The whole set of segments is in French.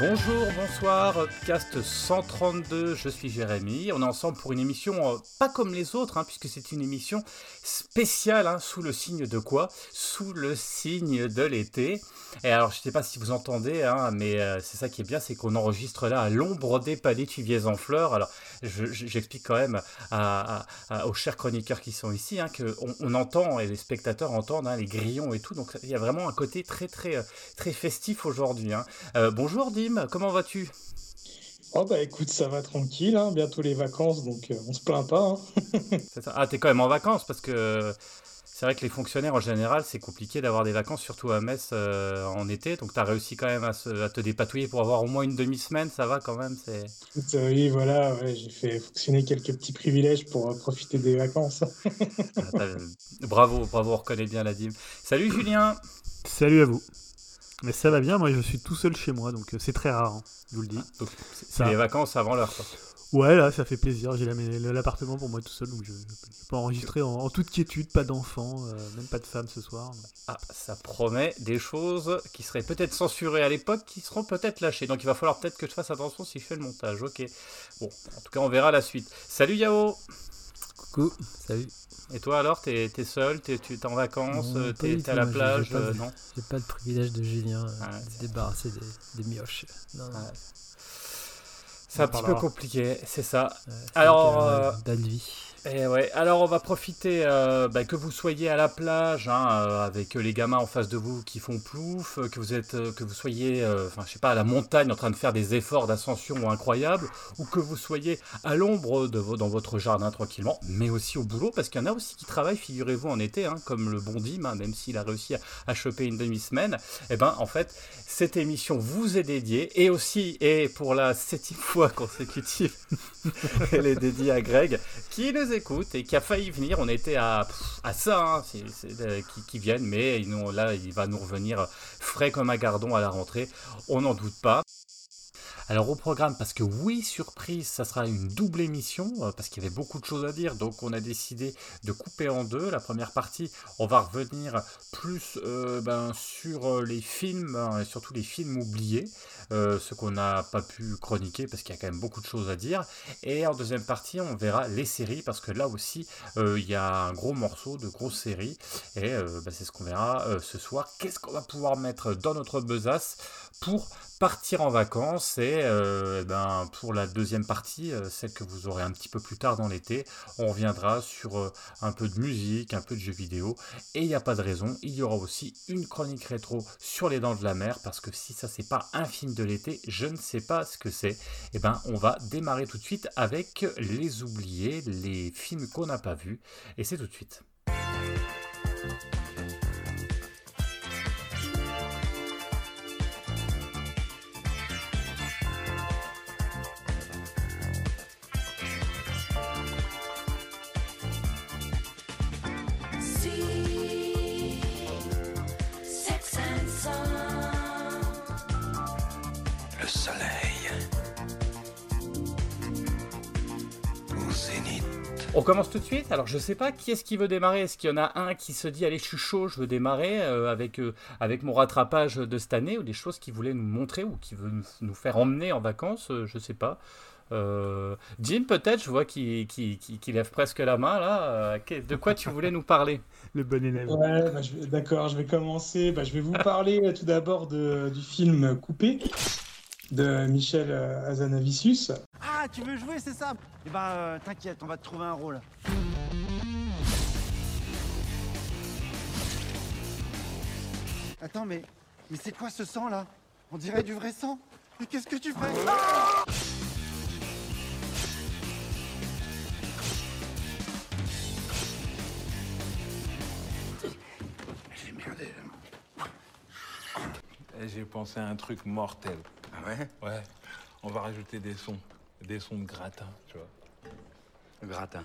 Bonjour, bonsoir, podcast 132, je suis Jérémy, on est ensemble pour une émission pas comme les autres, puisque c'est une émission spéciale, sous le signe de quoi ? Sous le signe de l'été. Et alors je ne sais pas si vous entendez, mais c'est ça qui est bien, c'est qu'on enregistre là à l'ombre des palétuviers en fleurs. Alors j'explique quand même aux chers chroniqueurs qui sont ici, qu'on entend, et les spectateurs entendent les grillons et tout, donc il y a vraiment un côté très très très festif aujourd'hui. Bonjour Dim, comment vas-tu ? Oh bah écoute, ça va tranquille, bientôt les vacances, donc on se plaint pas. C'est ça. Ah, t'es quand même en vacances, parce que c'est vrai que les fonctionnaires en général, c'est compliqué d'avoir des vacances, surtout à Metz en été, donc t'as réussi quand même à te dépatouiller pour avoir au moins une demi-semaine, ça va quand même, c'est... Oui, voilà, ouais, j'ai fait fonctionner quelques petits privilèges pour profiter des vacances. Bravo, on reconnaît bien la Dim. Salut Julien. Salut à vous. Mais ça va bien, moi je suis tout seul chez moi, donc c'est très rare, je vous le dis. Donc, c'est les vacances avant l'heure, quoi. Ouais, là ça fait plaisir, j'ai l'appartement pour moi tout seul, donc je peux enregistrer en toute quiétude, pas d'enfants, même pas de femme ce soir. Donc. Ah, ça promet des choses qui seraient peut-être censurées à l'époque, qui seront peut-être lâchées, donc il va falloir peut-être que je fasse attention si je fais le montage, ok. Bon, en tout cas on verra la suite. Salut Yao. Coucou, salut. Et toi alors, t'es seul, tu es en vacances, t'es à la plage, non ? J'ai pas le privilège de Julien de débarrasser des mioches. Non. Ouais. C'est un petit peu compliqué, c'est ça. Alors, belle vie. Et ouais. Alors on va profiter que vous soyez à la plage avec les gamins en face de vous qui font plouf, que vous soyez je sais pas, à la montagne en train de faire des efforts d'ascension incroyables, ou que vous soyez à l'ombre dans votre jardin tranquillement, mais aussi au boulot, parce qu'il y en a aussi qui travaillent, figurez-vous, en été, comme le bon Dim, même s'il a réussi à choper une demi-semaine. Et en fait, cette émission vous est dédiée, et pour la 7e fois consécutive, elle est dédiée à Greg, qui nous écoute et qui a failli venir. On était à ça, qui viennent, mais là il va nous revenir frais comme un gardon à la rentrée, on n'en doute pas. Alors au programme, parce que oui, surprise, ça sera une double émission, parce qu'il y avait beaucoup de choses à dire, donc on a décidé de couper en deux. La première partie, on va revenir plus sur les films, et surtout les films oubliés, ce qu'on n'a pas pu chroniquer, parce qu'il y a quand même beaucoup de choses à dire. Et en deuxième partie, on verra les séries, parce que là aussi, il y a un gros morceau de grosses séries, et c'est ce qu'on verra ce soir. Qu'est-ce qu'on va pouvoir mettre dans notre besace pour partir en vacances, et pour la deuxième partie, celle que vous aurez un petit peu plus tard dans l'été, on reviendra sur un peu de musique, un peu de jeux vidéo, et il n'y a pas de raison, il y aura aussi une chronique rétro sur les Dents de la Mer, parce que si ça c'est pas un film de l'été, je ne sais pas ce que c'est. On va démarrer tout de suite avec les oubliés, les films qu'on n'a pas vus, et c'est tout de suite. Le soleil au zénith. On commence tout de suite. Alors je sais pas qui est-ce qui veut démarrer. Est-ce qu'il y en a un qui se dit allez, je suis chaud, je veux démarrer avec mon rattrapage de cette année, ou des choses qu'il voulait nous montrer ou qui veut nous faire emmener en vacances, je sais pas. Jim, peut-être, je vois qu'il lève presque la main là. De quoi tu voulais nous parler ? Le bon élève. Ouais, d'accord, je vais commencer. Je vais vous parler tout d'abord du film Coupé de Michel Hazanavicius. Ah, tu veux jouer, c'est ça ? Eh t'inquiète, on va te trouver un rôle. Attends, mais c'est quoi ce sang là ? On dirait du vrai sang. Mais qu'est-ce que tu fais ? Ah ! J'ai merdé là. J'ai pensé à un truc mortel. Ah ouais ? Ouais, on va rajouter des sons de gratin, tu vois. Le gratin.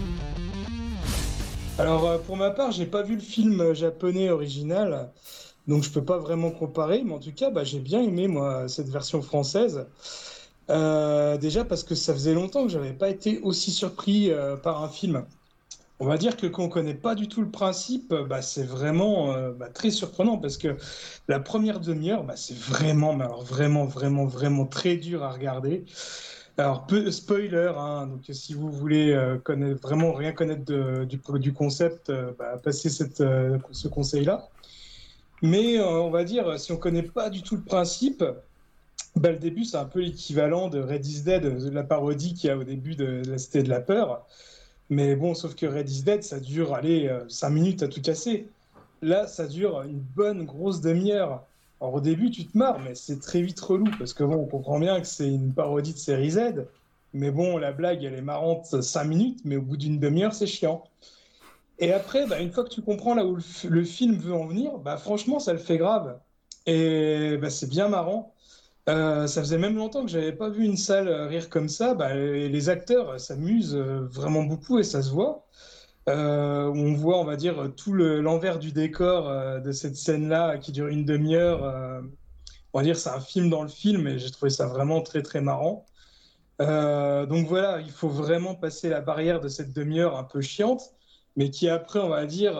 Alors pour ma part, j'ai pas vu le film japonais original, donc je peux pas vraiment comparer, mais en tout cas, j'ai bien aimé moi cette version française. Déjà parce que ça faisait longtemps que j'avais pas été aussi surpris par un film On va dire que quand on connaît pas du tout le principe, c'est vraiment très surprenant parce que la première demi-heure, c'est vraiment, mais alors vraiment, vraiment, vraiment très dur à regarder. Alors, peu spoiler, hein, donc si vous voulez vraiment rien connaître du concept, passez ce conseil-là. Mais on va dire, si on connaît pas du tout le principe, le début, c'est un peu l'équivalent de Red is Dead, de la parodie qu'il y a au début de la Cité de la Peur. Mais bon, sauf que Red is Dead, ça dure, 5 minutes à tout casser. Là, ça dure une bonne grosse demi-heure. Alors au début, tu te marres, mais c'est très vite relou, parce que bon, on comprend bien que c'est une parodie de série Z. Mais bon, la blague, elle est marrante 5 minutes, mais au bout d'une demi-heure, c'est chiant. Et après, une fois que tu comprends là où le film veut en venir, franchement, ça le fait grave. Et c'est bien marrant. Ça faisait même longtemps que j'avais pas vu une salle rire comme ça. Les acteurs s'amusent vraiment beaucoup et ça se voit. On voit, on va dire, tout l'envers du décor de cette scène-là qui dure une demi-heure. On va dire c'est un film dans le film et j'ai trouvé ça vraiment très très marrant. Donc voilà, il faut vraiment passer la barrière de cette demi-heure un peu chiante, mais qui après, on va dire,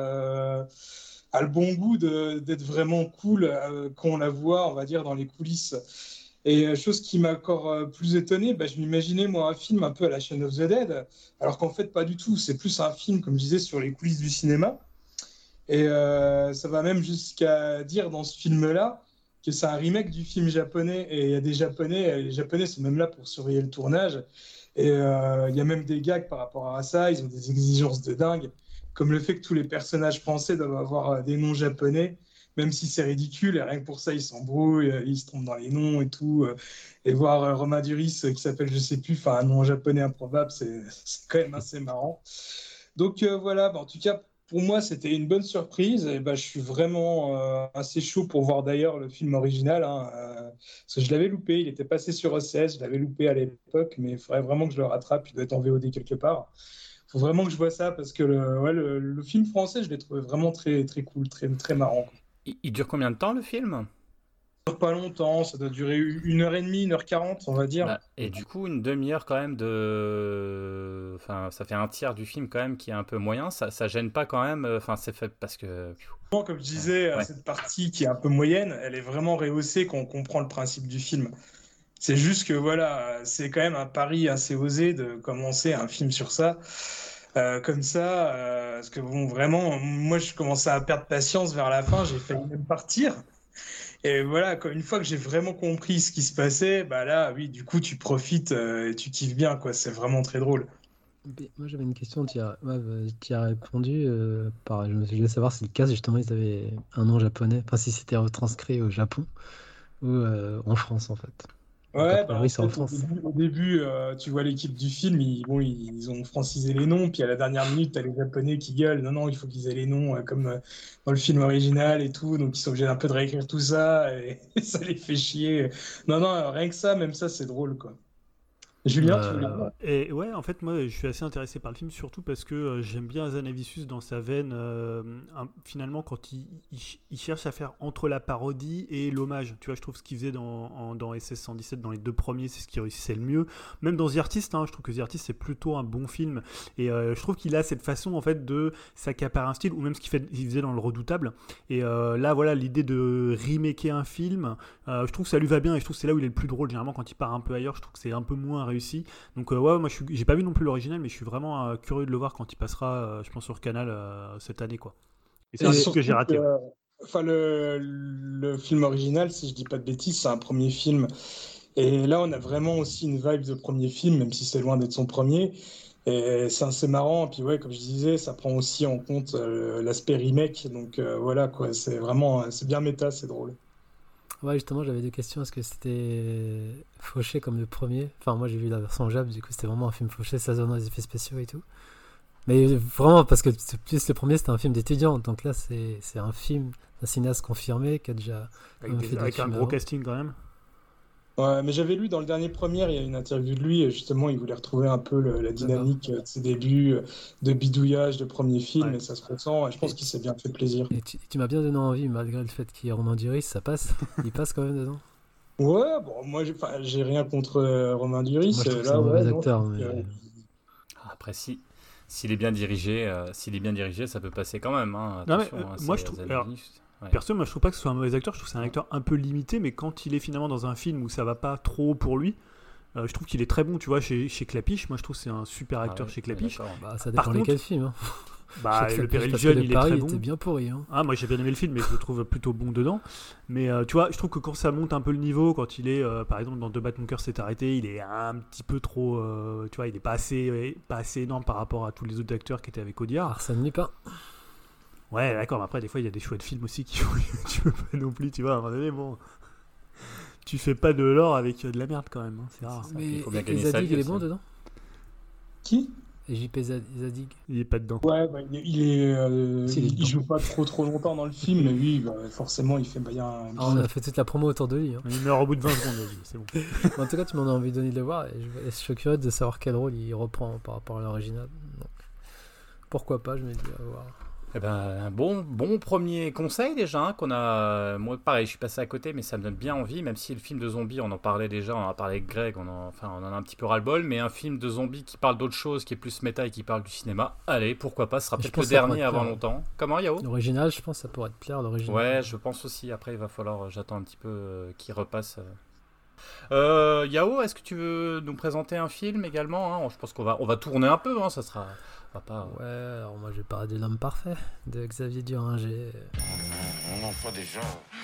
a le bon goût d'être vraiment cool quand on la voit, on va dire, dans les coulisses. Et chose qui m'a encore plus étonné, je m'imaginais moi un film un peu à la Shaun of the Dead, alors qu'en fait pas du tout. C'est plus un film, comme je disais, sur les coulisses du cinéma. Et ça va même jusqu'à dire dans ce film-là que c'est un remake du film japonais. Et il y a des Japonais, les Japonais sont même là pour surveiller le tournage. Et il y a même des gags par rapport à ça. Ils ont des exigences de dingue, comme le fait que tous les personnages français doivent avoir des noms japonais, même si c'est ridicule, et rien que pour ça, ils s'embrouillent, ils se trompent dans les noms et tout. Et voir Romain Duris qui s'appelle, je sais plus, un nom japonais improbable, c'est quand même assez marrant. Donc voilà, en tout cas, pour moi, c'était une bonne surprise. Et je suis vraiment assez chaud pour voir d'ailleurs le film original, hein, parce que je l'avais loupé, il était passé sur OCS, je l'avais loupé à l'époque, mais il faudrait vraiment que je le rattrape, il doit être en VOD quelque part. Faut vraiment que je vois ça parce que le film français, je l'ai trouvé vraiment très, très cool, très, très marrant. Il dure combien de temps le film ? Ça dure pas longtemps, ça doit durer 1h30, 1h40, on va dire. Et du coup, une demi-heure quand même de. Enfin, ça fait un tiers du film quand même qui est un peu moyen. Ça gêne pas quand même. Enfin, c'est fait parce que. Comme je disais, cette partie qui est un peu moyenne, elle est vraiment rehaussée quand on comprend le principe du film. C'est juste que voilà, c'est quand même un pari assez osé de commencer un film sur ça. Comme ça, parce que bon, vraiment, moi je commençais à perdre patience vers la fin, j'ai failli même partir. Et voilà, une fois que j'ai vraiment compris ce qui se passait, là, oui, du coup, tu profites et tu kiffes bien, quoi. C'est vraiment très drôle. Moi, j'avais une question, tu as répondu. Je voulais savoir si le cas, justement, ils avaient un nom japonais, enfin, si c'était retranscrit au Japon ou en France, en fait. Ouais, c'est en France. Au début, tu vois l'équipe du film, ils ont francisé les noms, puis à la dernière minute, tu as les Japonais qui gueulent. Non, il faut qu'ils aient les noms comme dans le film original et tout, donc ils sont obligés un peu de réécrire tout ça, et ça les fait chier. Non, rien que ça, même ça, c'est drôle, quoi. Julien, tu voulais dire ? Et ouais, en fait, moi, je suis assez intéressé par le film, surtout parce que j'aime bien Hazanavicius dans sa veine. Finalement, quand il cherche à faire entre la parodie et l'hommage. Tu vois, je trouve ce qu'il faisait dans SS-117, dans les deux premiers, c'est ce qui réussissait le mieux. Même dans The Artist, je trouve que The Artist, c'est plutôt un bon film. Et je trouve qu'il a cette façon, en fait, de s'accaparer un style, ou même ce qu'il faisait dans Le Redoutable. Et là, voilà, l'idée de remaker un film, je trouve que ça lui va bien, et je trouve que c'est là où il est le plus drôle. Généralement, quand il part un peu ailleurs, je trouve que c'est un peu moins réussi. Donc ouais, moi j'ai pas vu non plus l'original, mais je suis vraiment curieux de le voir quand il passera, je pense, sur Canal cette année, quoi. Et c'est un film que j'ai raté. Le film original, si je dis pas de bêtises, c'est un premier film. Et là, on a vraiment aussi une vibe de premier film, même si c'est loin d'être son premier. Et c'est assez marrant. Et puis ouais, comme je disais, ça prend aussi en compte l'aspect remake. Donc voilà, quoi. C'est bien méta, c'est drôle. Ouais, justement, j'avais des questions. Est-ce que c'était fauché comme le premier ? Enfin, moi, j'ai vu la version Jap, du coup, c'était vraiment un film fauché, ça zone des effets spéciaux et tout. Mais vraiment, parce que plus le premier, c'était un film d'étudiant. Donc là, c'est un film d'un cinéaste confirmé qui a déjà... Avec un gros casting, quand même. Ouais, mais j'avais lu dans le dernier premier, il y a une interview de lui, et justement, il voulait retrouver un peu la dynamique de ses débuts, de bidouillage de premier film, et ça se ressent, et je pense qu'il s'est bien fait plaisir. Et tu m'as bien donné envie, malgré le fait qu'il y ait Romain Duris, ça passe. Il passe quand même dedans. Ouais, bon, moi, j'ai rien contre Romain Duris. Moi, je trouve que c'est un mauvais acteur. Mais... Après, si s'il est bien dirigé, ça peut passer quand même. Hein. Non, mais, Attention, hein, moi, c'est je trouve- Zanussi. Ouais. Perso, moi je trouve pas que ce soit un mauvais acteur, je trouve que c'est un acteur un peu limité, mais quand il est finalement dans un film où ça va pas trop pour lui, je trouve qu'il est très bon, tu vois, chez Clapiche. Moi je trouve que c'est un super acteur chez Clapiche. D'accord. Bah, ça Par dépend lesquels films. Hein. Bah, Chaque le Péril parce jeune, que le il est Paris très bon. était bien pourri. Hein. Ah, moi j'ai bien aimé le film, mais je le trouve plutôt bon dedans. Mais tu vois, je trouve que quand ça monte un peu le niveau, quand il est, par exemple, dans Deux Battre mon cœur s'est arrêté, il est un petit peu trop. Tu vois, il est pas assez énorme par rapport à tous les autres acteurs qui étaient avec Audiard. Arsène Lupin. Ouais, d'accord, mais après, des fois, il y a des chouettes films aussi qui font que tu peux pas non plus, tu vois, à un moment donné, bon. Tu fais pas de l'or avec de la merde quand même, hein, c'est rare. ça. Mais Il faut bien et gagner sa Zadig, vie il est aussi. bon dedans. Qui? Et JP Zadig. Il est pas dedans. Ouais, bah, Si, il est il dedans. joue pas trop longtemps dans le film, mais oui, bah, forcément, il fait bien. Ah, on a fait toute la promo autour de lui. Hein. Il meurt au bout de 20 secondes, vas-y, c'est bon. Mais en tout cas, tu m'en as envie de donner de le voir. Et je suis curieux de savoir quel rôle il reprend par rapport à l'original. Donc, pourquoi pas, je me dis, à voir. Eh ben, un bon premier conseil déjà, hein, qu'on a. Moi, pareil, je suis passé à côté, mais ça me donne bien envie, même si le film de zombies, on en parlait déjà, on en a parlé avec Greg, on en a un petit peu ras-le-bol, mais un film de zombies qui parle d'autre chose, qui est plus méta et qui parle du cinéma, allez, pourquoi pas, ce sera Je peut-être pense le que ça pourrait dernier te avant plaire. longtemps. Comment, Yao? L'original, je pense que ça pourrait te plaire, l'original. Ouais, je pense aussi. Après, il va falloir, j'attends un petit peu qu'il repasse. Yao, est-ce que tu veux nous présenter un film également, hein? Je pense qu'on va tourner un peu, hein, ça sera. On va pas. Ouais, alors moi je vais parler de L'Homme Parfait de Xavier Duringer. Non, pas déjà.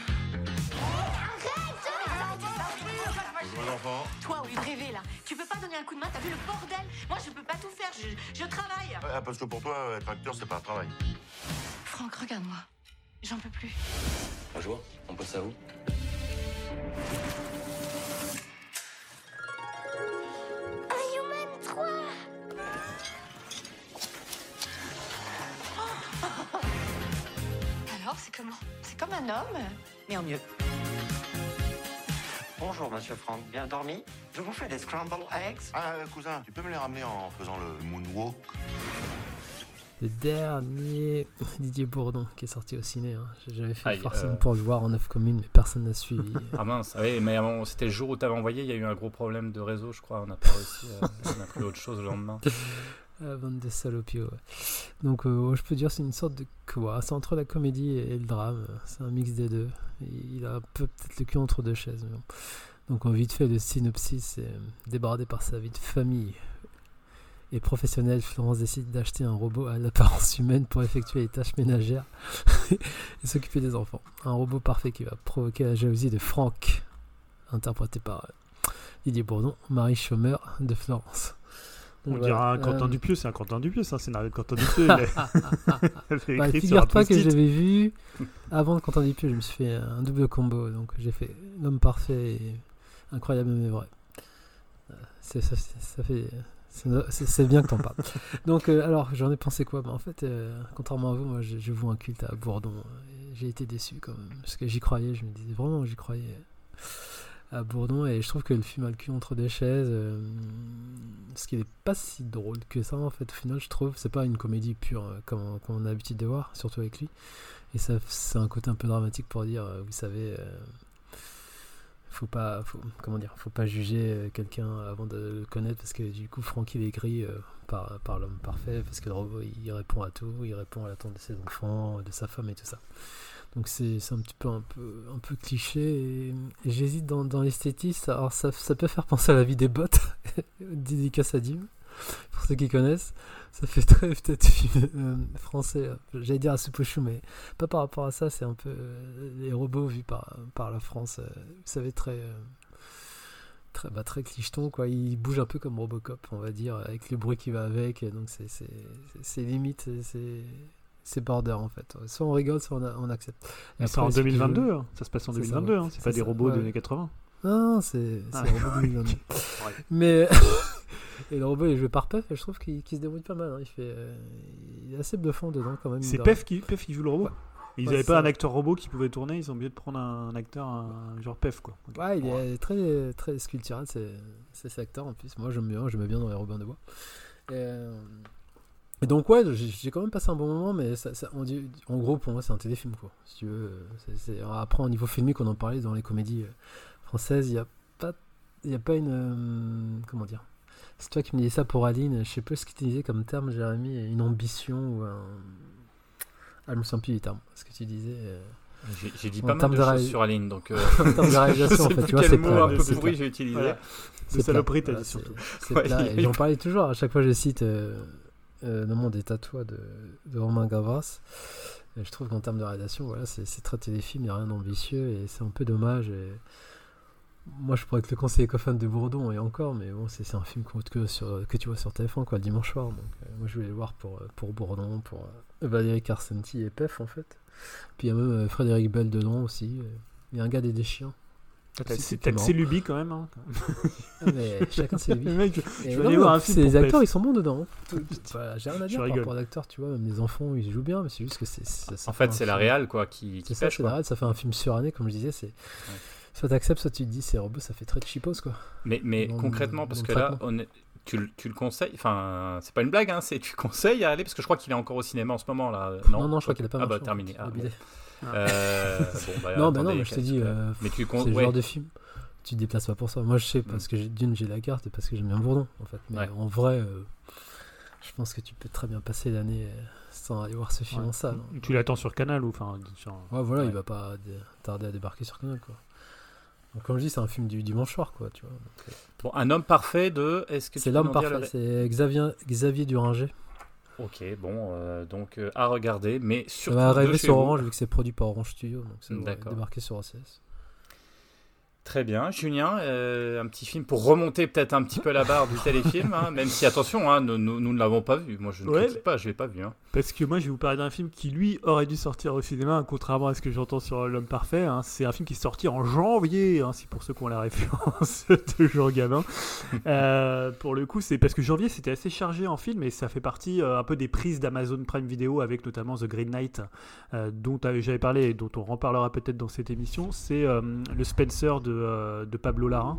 Bon enfant. Toi, au lieu de rêver, là, tu peux pas donner un coup de main, t'as vu le bordel? Moi, je peux pas tout faire, je travaille. Parce que pour toi, être acteur, c'est pas un travail. Franck, regarde-moi. J'en peux plus. Bonjour, on passe à vous. Alors, c'est comment? C'est comme un homme, mais en mieux. Bonjour, monsieur Franck. Bien dormi? Je vous fais des scrambled eggs. Ah, cousin, tu peux me les ramener en faisant le moonwalk? Le dernier Didier Bourdon qui est sorti au ciné. Hein. J'avais fait Aïe, le forcing pour le voir en 9 communes, mais personne n'a suivi. Ah mince, oui, mais c'était le jour où tu avais envoyé, il y a eu un gros problème de réseau, je crois, on n'a pas réussi, on a pris autre chose le lendemain. Bande de salopios, ouais. Donc, je peux dire c'est une sorte de quoi? C'est entre la comédie et le drame. C'est un mix des deux. Il a un peu peut-être le cul entre deux chaises. Mais bon. Donc, en vite fait, le synopsis, c'est débordé par sa vie de famille et professionnelle, Florence décide d'acheter un robot à l'apparence humaine pour effectuer les tâches ménagères et s'occuper des enfants. Un robot parfait qui va provoquer la jalousie de Franck, interprété par Didier Bourdon, mari chômeur de Florence. On Donc, dirait voilà. un Quentin Dupieux, c'est un Quentin Dupieux, c'est un scénario de Quentin Dupieux. Il avait Bah, écrit sur un figure-toi que je post-it. l'avais vu avant de Quentin Dupieux, je me suis fait un double combo, donc j'ai fait L'Homme Parfait et Incroyable mais vrai. C'est bien que t'en parles. Donc alors j'en ai pensé quoi? En fait, contrairement à vous, moi je voue un culte à Bourdon. J'ai été déçu quand même, parce que j'y croyais, je me disais vraiment j'y croyais à Bourdon, et je trouve que le film a le cul entre deux chaises, ce qui n'est pas si drôle que ça en fait au final, je trouve. C'est pas une comédie pure comme on a l'habitude de voir, surtout avec lui, et ça c'est un côté un peu dramatique pour dire vous savez, faut pas juger quelqu'un avant de le connaître, parce que du coup Franck il est gris par l'homme parfait, parce que le robot il répond à tout, il répond à l'attente de ses enfants, de sa femme et tout ça. Donc c'est un petit peu un peu cliché, et j'hésite dans l'esthétisme. Alors ça peut faire penser à La vie des bottes, dédicace à Dim, pour ceux qui connaissent. Ça fait très peut-être film français, j'allais dire à soupe aux choux, mais pas par rapport à ça. C'est un peu les robots vus par la France, vous savez, très clicheton quoi. Il bouge un peu comme Robocop, on va dire, avec le bruit qui va avec, donc c'est limite, c'est border en fait. Soit on rigole, soit on accepte. Mais c'est en 2022, hein. Ça se passe en C'est 2022, ça, hein. C'est pas des robots des années 80. Non, c'est Ah. un robot 2022. Ouais. Mais et le robot il est joué par Puff, et je trouve qu'il se débrouille pas mal, hein. Il est assez bluffant dedans quand même. C'est mine de Pef qui joue le robot. Ouais. Ils Ouais, n'avaient c'est pas ça. un acteur robot qui pouvait tourner, ils ont oublié de prendre un acteur genre Pef quoi. Ok. Ouais, il est très, très sculptural, c'est cet acteur en plus. Moi j'aimais bien dans les Robins de Bois. Et donc ouais, j'ai quand même passé un bon moment, mais on dit, en gros pour moi c'est un téléfilm quoi. Si tu veux, après au niveau filmique on en parlait dans les comédies françaises, il y a pas une comment dire. C'est toi qui me disais ça pour Aline. Je sais pas ce que tu disais comme terme, Jérémy. Une ambition ou un. Ah, je me souviens plus du terme. Ce que tu disais. J'ai dit pas mal de choses sur Aline, donc. En termes de réalisation, en fait, tu vois, c'est quel mot un peu pourri j'ai utilisé. Voilà. C'est saloperie, t'as plat. dit surtout. C'est plat. Et j'en parlais toujours. À chaque fois, je cite Le monde des tatouages de Romain Gavras. Et je trouve qu'en termes de réalisation, voilà, c'est très téléfilm, il n'y a rien d'ambitieux et c'est un peu dommage. Et moi, je pourrais être le conseiller coffin de Bourdon et encore, mais bon, c'est un film que tu vois sur TF1 quoi, le dimanche soir. Donc, moi, je voulais le voir pour Bourdon, pour Valérie Carcenti et Pef en fait. Puis il y a même Frédéric Bell dedans aussi. Il y a un gars des Chiens. C'est lubi quand même. Hein. Mais chacun ses lubies. Je vais aller voir un film. Les acteurs, ils sont bons dedans. J'ai rien à dire par rigole. rapport aux acteurs, tu vois. Même les enfants, ils jouent bien, mais c'est juste que en fait, c'est la réal quoi qui c'est pêche. C'est la réal, ça fait un film suranné, comme je disais. Soit t'acceptes, soit tu te dis c'est robot, ça fait très cheapos quoi. Mais concrètement, parce que là, tu le conseilles. Enfin, c'est pas une blague, hein. Tu conseilles à aller parce que je crois qu'il est encore au cinéma en ce moment là. Non, je crois qu'il a pas marché. Ah bah terminé. Non, mais je te dis, c'est le genre de film. Tu te déplaces pas pour ça. Moi, je sais parce que j'ai la carte et parce que j'aime bien Bourdon, en fait. Mais en vrai, je pense que tu peux très bien passer l'année sans aller voir ce film en salle. Hein. Tu l'attends sur Canal ou enfin il va pas tarder à débarquer sur Canal, quoi. Donc, comme je dis, c'est un film du dimanche soir, quoi, tu vois. Donc, bon, Un homme parfait de. Est-ce que c'est l'homme parfait. C'est Xavier Duringer. Ok, bon, donc à regarder, mais surtout. Ça va arriver sur Orange, vu que c'est produit par Orange Studio, donc ça va débarquer sur OCS. Très bien. Julien, un petit film pour remonter peut-être un petit peu la barre du téléfilm, hein, même si, attention, hein, nous ne l'avons pas vu. Moi, je ne critique pas, je ne l'ai pas vu. Hein. Parce que moi, je vais vous parler d'un film qui, lui, aurait dû sortir au cinéma, contrairement à ce que j'entends sur L'Homme Parfait. Hein. C'est un film qui est sorti en janvier, hein, c'est pour ceux qui ont la référence de Jean Gabin. Pour le coup, c'est parce que janvier, c'était assez chargé en film, et ça fait partie un peu des prises d'Amazon Prime Video, avec notamment The Green Knight, dont j'avais parlé et dont on reparlera peut-être dans cette émission. C'est le Spencer de Pablo Larraín.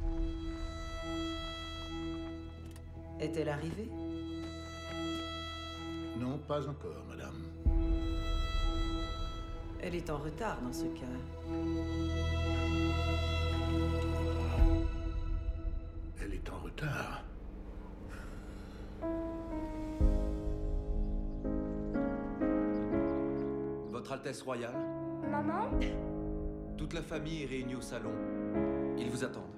Est-elle arrivée ? Non, pas encore, madame. Elle est en retard dans ce cas. Elle est en retard. Votre Altesse Royale ? Maman ? Toute la famille est réunie au salon. Ils vous attendent.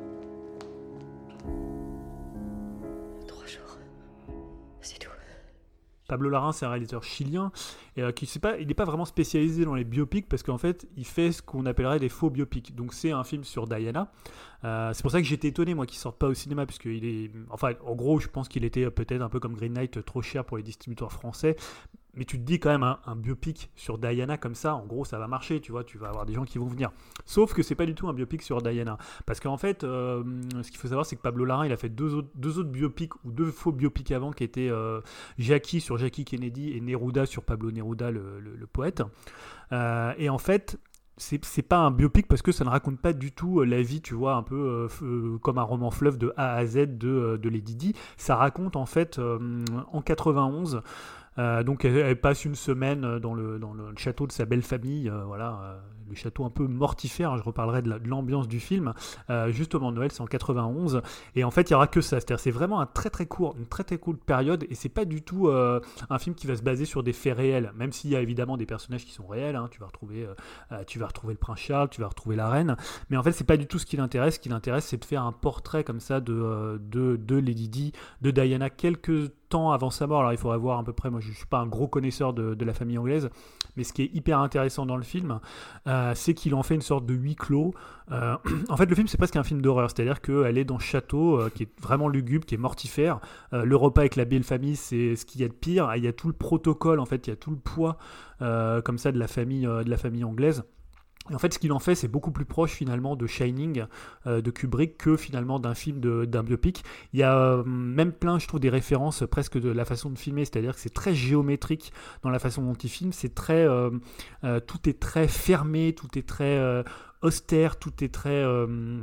3 jours. C'est tout. Pablo Larraín, c'est un réalisateur chilien et il n'est pas vraiment spécialisé dans les biopics parce qu'en fait, il fait ce qu'on appellerait des faux biopics. Donc, c'est un film sur Diana. C'est pour ça que j'étais étonné, moi, qu'il ne sorte pas au cinéma, parce qu'il est... Enfin, en gros, je pense qu'il était peut-être un peu comme Green Knight, trop cher pour les distributeurs français. Mais tu te dis quand même, un biopic sur Diana comme ça, en gros, ça va marcher, tu vois, tu vas avoir des gens qui vont venir. Sauf que c'est pas du tout un biopic sur Diana. Parce qu'en fait, ce qu'il faut savoir, c'est que Pablo Larraín, il a fait deux autres biopics, ou 2 faux biopics avant, qui étaient Jackie sur Jackie Kennedy et Neruda sur Pablo Neruda, le poète. Et en fait... C'est pas un biopic parce que ça ne raconte pas du tout la vie, tu vois, un peu comme un roman fleuve de A à Z de Lady Di. Ça raconte en fait en 91. Donc elle passe une semaine dans le château de sa belle famille, le château un peu mortifère, hein, je reparlerai de l'ambiance du film, juste au moment de Noël, c'est en 91, et en fait il n'y aura que ça, c'est-à-dire c'est vraiment une très très courte période, et c'est pas du tout un film qui va se baser sur des faits réels, même s'il y a évidemment des personnages qui sont réels, hein, tu vas retrouver le prince Charles, tu vas retrouver la reine, mais en fait c'est pas du tout ce qui l'intéresse c'est de faire un portrait comme ça de Lady Di, de Diana, quelques temps avant sa mort. Alors il faudrait voir à peu près, moi je suis pas un gros connaisseur de la famille anglaise, mais ce qui est hyper intéressant dans le film, c'est qu'il en fait une sorte de huis clos. En fait le film c'est presque un film d'horreur, c'est-à-dire qu'elle est dans ce château qui est vraiment lugubre, qui est mortifère. Le repas avec la belle famille, c'est ce qu'il y a de pire. Il y a tout le protocole, en fait il y a tout le poids comme ça de la famille anglaise. Et en fait, ce qu'il en fait, c'est beaucoup plus proche finalement de Shining, de Kubrick, que finalement d'un film, d'un biopic. Il y a même plein, je trouve, des références presque de la façon de filmer, c'est-à-dire que c'est très géométrique dans la façon dont il filme. C'est très, tout est très fermé, tout est très austère, tout est très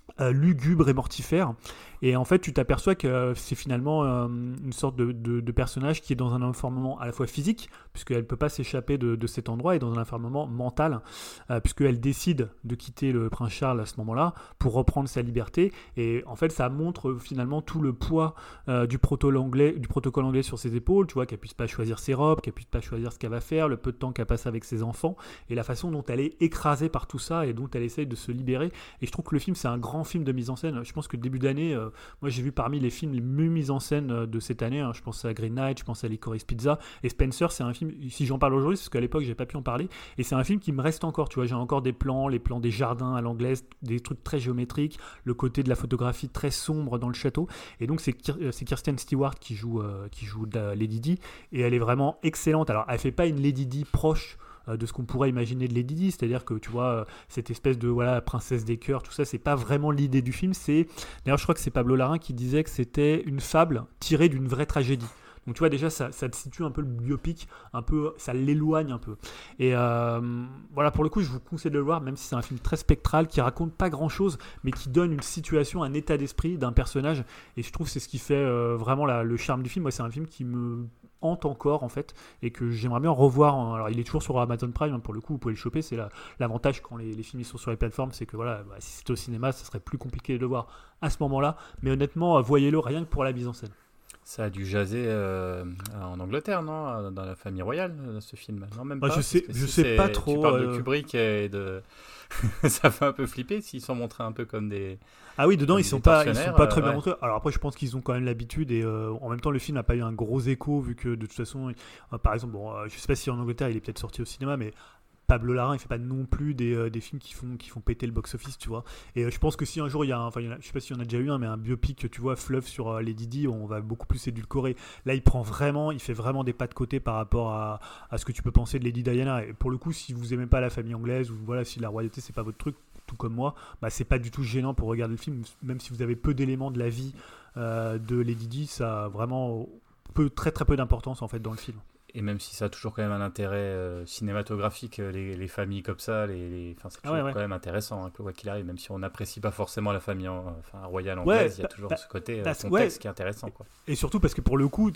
lugubre et mortifère. Et en fait, tu t'aperçois que c'est finalement une sorte de personnage qui est dans un enfermement à la fois physique, puisqu'elle ne peut pas s'échapper de cet endroit, et dans un enfermement mental, puisqu'elle décide de quitter le prince Charles à ce moment-là pour reprendre sa liberté. Et en fait, ça montre finalement tout le poids du protocole anglais sur ses épaules. Tu vois, qu'elle ne puisse pas choisir ses robes, qu'elle ne puisse pas choisir ce qu'elle va faire, le peu de temps qu'elle passe avec ses enfants, et la façon dont elle est écrasée par tout ça et dont elle essaye de se libérer. Et je trouve que le film, c'est un grand film de mise en scène. Je pense que début d'année, moi j'ai vu parmi les films les mieux mis en scène de cette année, je pense à Green Knight, je pense à Licorice Pizza, et Spencer, c'est un film, si j'en parle aujourd'hui, c'est parce qu'à l'époque j'ai pas pu en parler, et c'est un film qui me reste encore, tu vois, j'ai encore les plans des jardins à l'anglaise, des trucs très géométriques, le côté de la photographie très sombre dans le château, et donc c'est Kristen Stewart qui joue Lady Di, et elle est vraiment excellente. Alors elle fait pas une Lady Di proche de ce qu'on pourrait imaginer de Lady Di, c'est-à-dire que tu vois cette espèce de princesse des cœurs, tout ça, c'est pas vraiment l'idée du film. D'ailleurs je crois que c'est Pablo Larraín qui disait que c'était une fable tirée d'une vraie tragédie. Donc tu vois déjà ça te situe un peu le biopic, un peu, ça l'éloigne un peu. Et voilà, pour le coup je vous conseille de le voir, même si c'est un film très spectral qui raconte pas grand chose, mais qui donne une situation, un état d'esprit d'un personnage. Et je trouve que c'est ce qui fait vraiment le charme du film. Moi c'est un film qui me hante encore en fait, et que j'aimerais bien revoir. Alors il est toujours sur Amazon Prime, pour le coup vous pouvez le choper. C'est l'avantage quand les films ils sont sur les plateformes, c'est que voilà, si c'était au cinéma ça serait plus compliqué de le voir à ce moment-là, mais honnêtement voyez-le rien que pour la mise en scène. Ça a dû jaser en Angleterre, non, dans la famille royale, ce film. Non, même pas. Je sais pas trop. Tu parles de Kubrick et de ça fait un peu flipper s'ils sont montrés un peu comme des. Ah oui, dedans ils sont pas très bien montrés. Alors après je pense qu'ils ont quand même l'habitude, et en même temps le film n'a pas eu un gros écho, vu que de toute façon par exemple je sais pas si en Angleterre il est peut-être sorti au cinéma, mais Pablo Larraín il fait pas non plus des films qui font péter le box-office, tu vois. Et je pense que si un jour il y a je sais pas s'il y en a déjà eu un, mais un biopic, tu vois, fleuve sur Lady Di, on va beaucoup plus édulcorer. Là il fait vraiment des pas de côté par rapport à ce que tu peux penser de Lady Diana. Et pour le coup, si vous aimez pas la famille anglaise, ou voilà, si la royauté c'est pas votre truc, tout comme moi, c'est pas du tout gênant pour regarder le film, même si vous avez peu d'éléments de la vie de Lady Di, ça a vraiment très très peu d'importance en fait dans le film. Et même si ça a toujours quand même un intérêt cinématographique, les familles comme ça, c'est toujours quand même intéressant, quoi qu'il arrive, même si on n'apprécie pas forcément la famille royale anglaise, il y a toujours ce côté contexte qui est intéressant, quoi. Et surtout parce que pour le coup,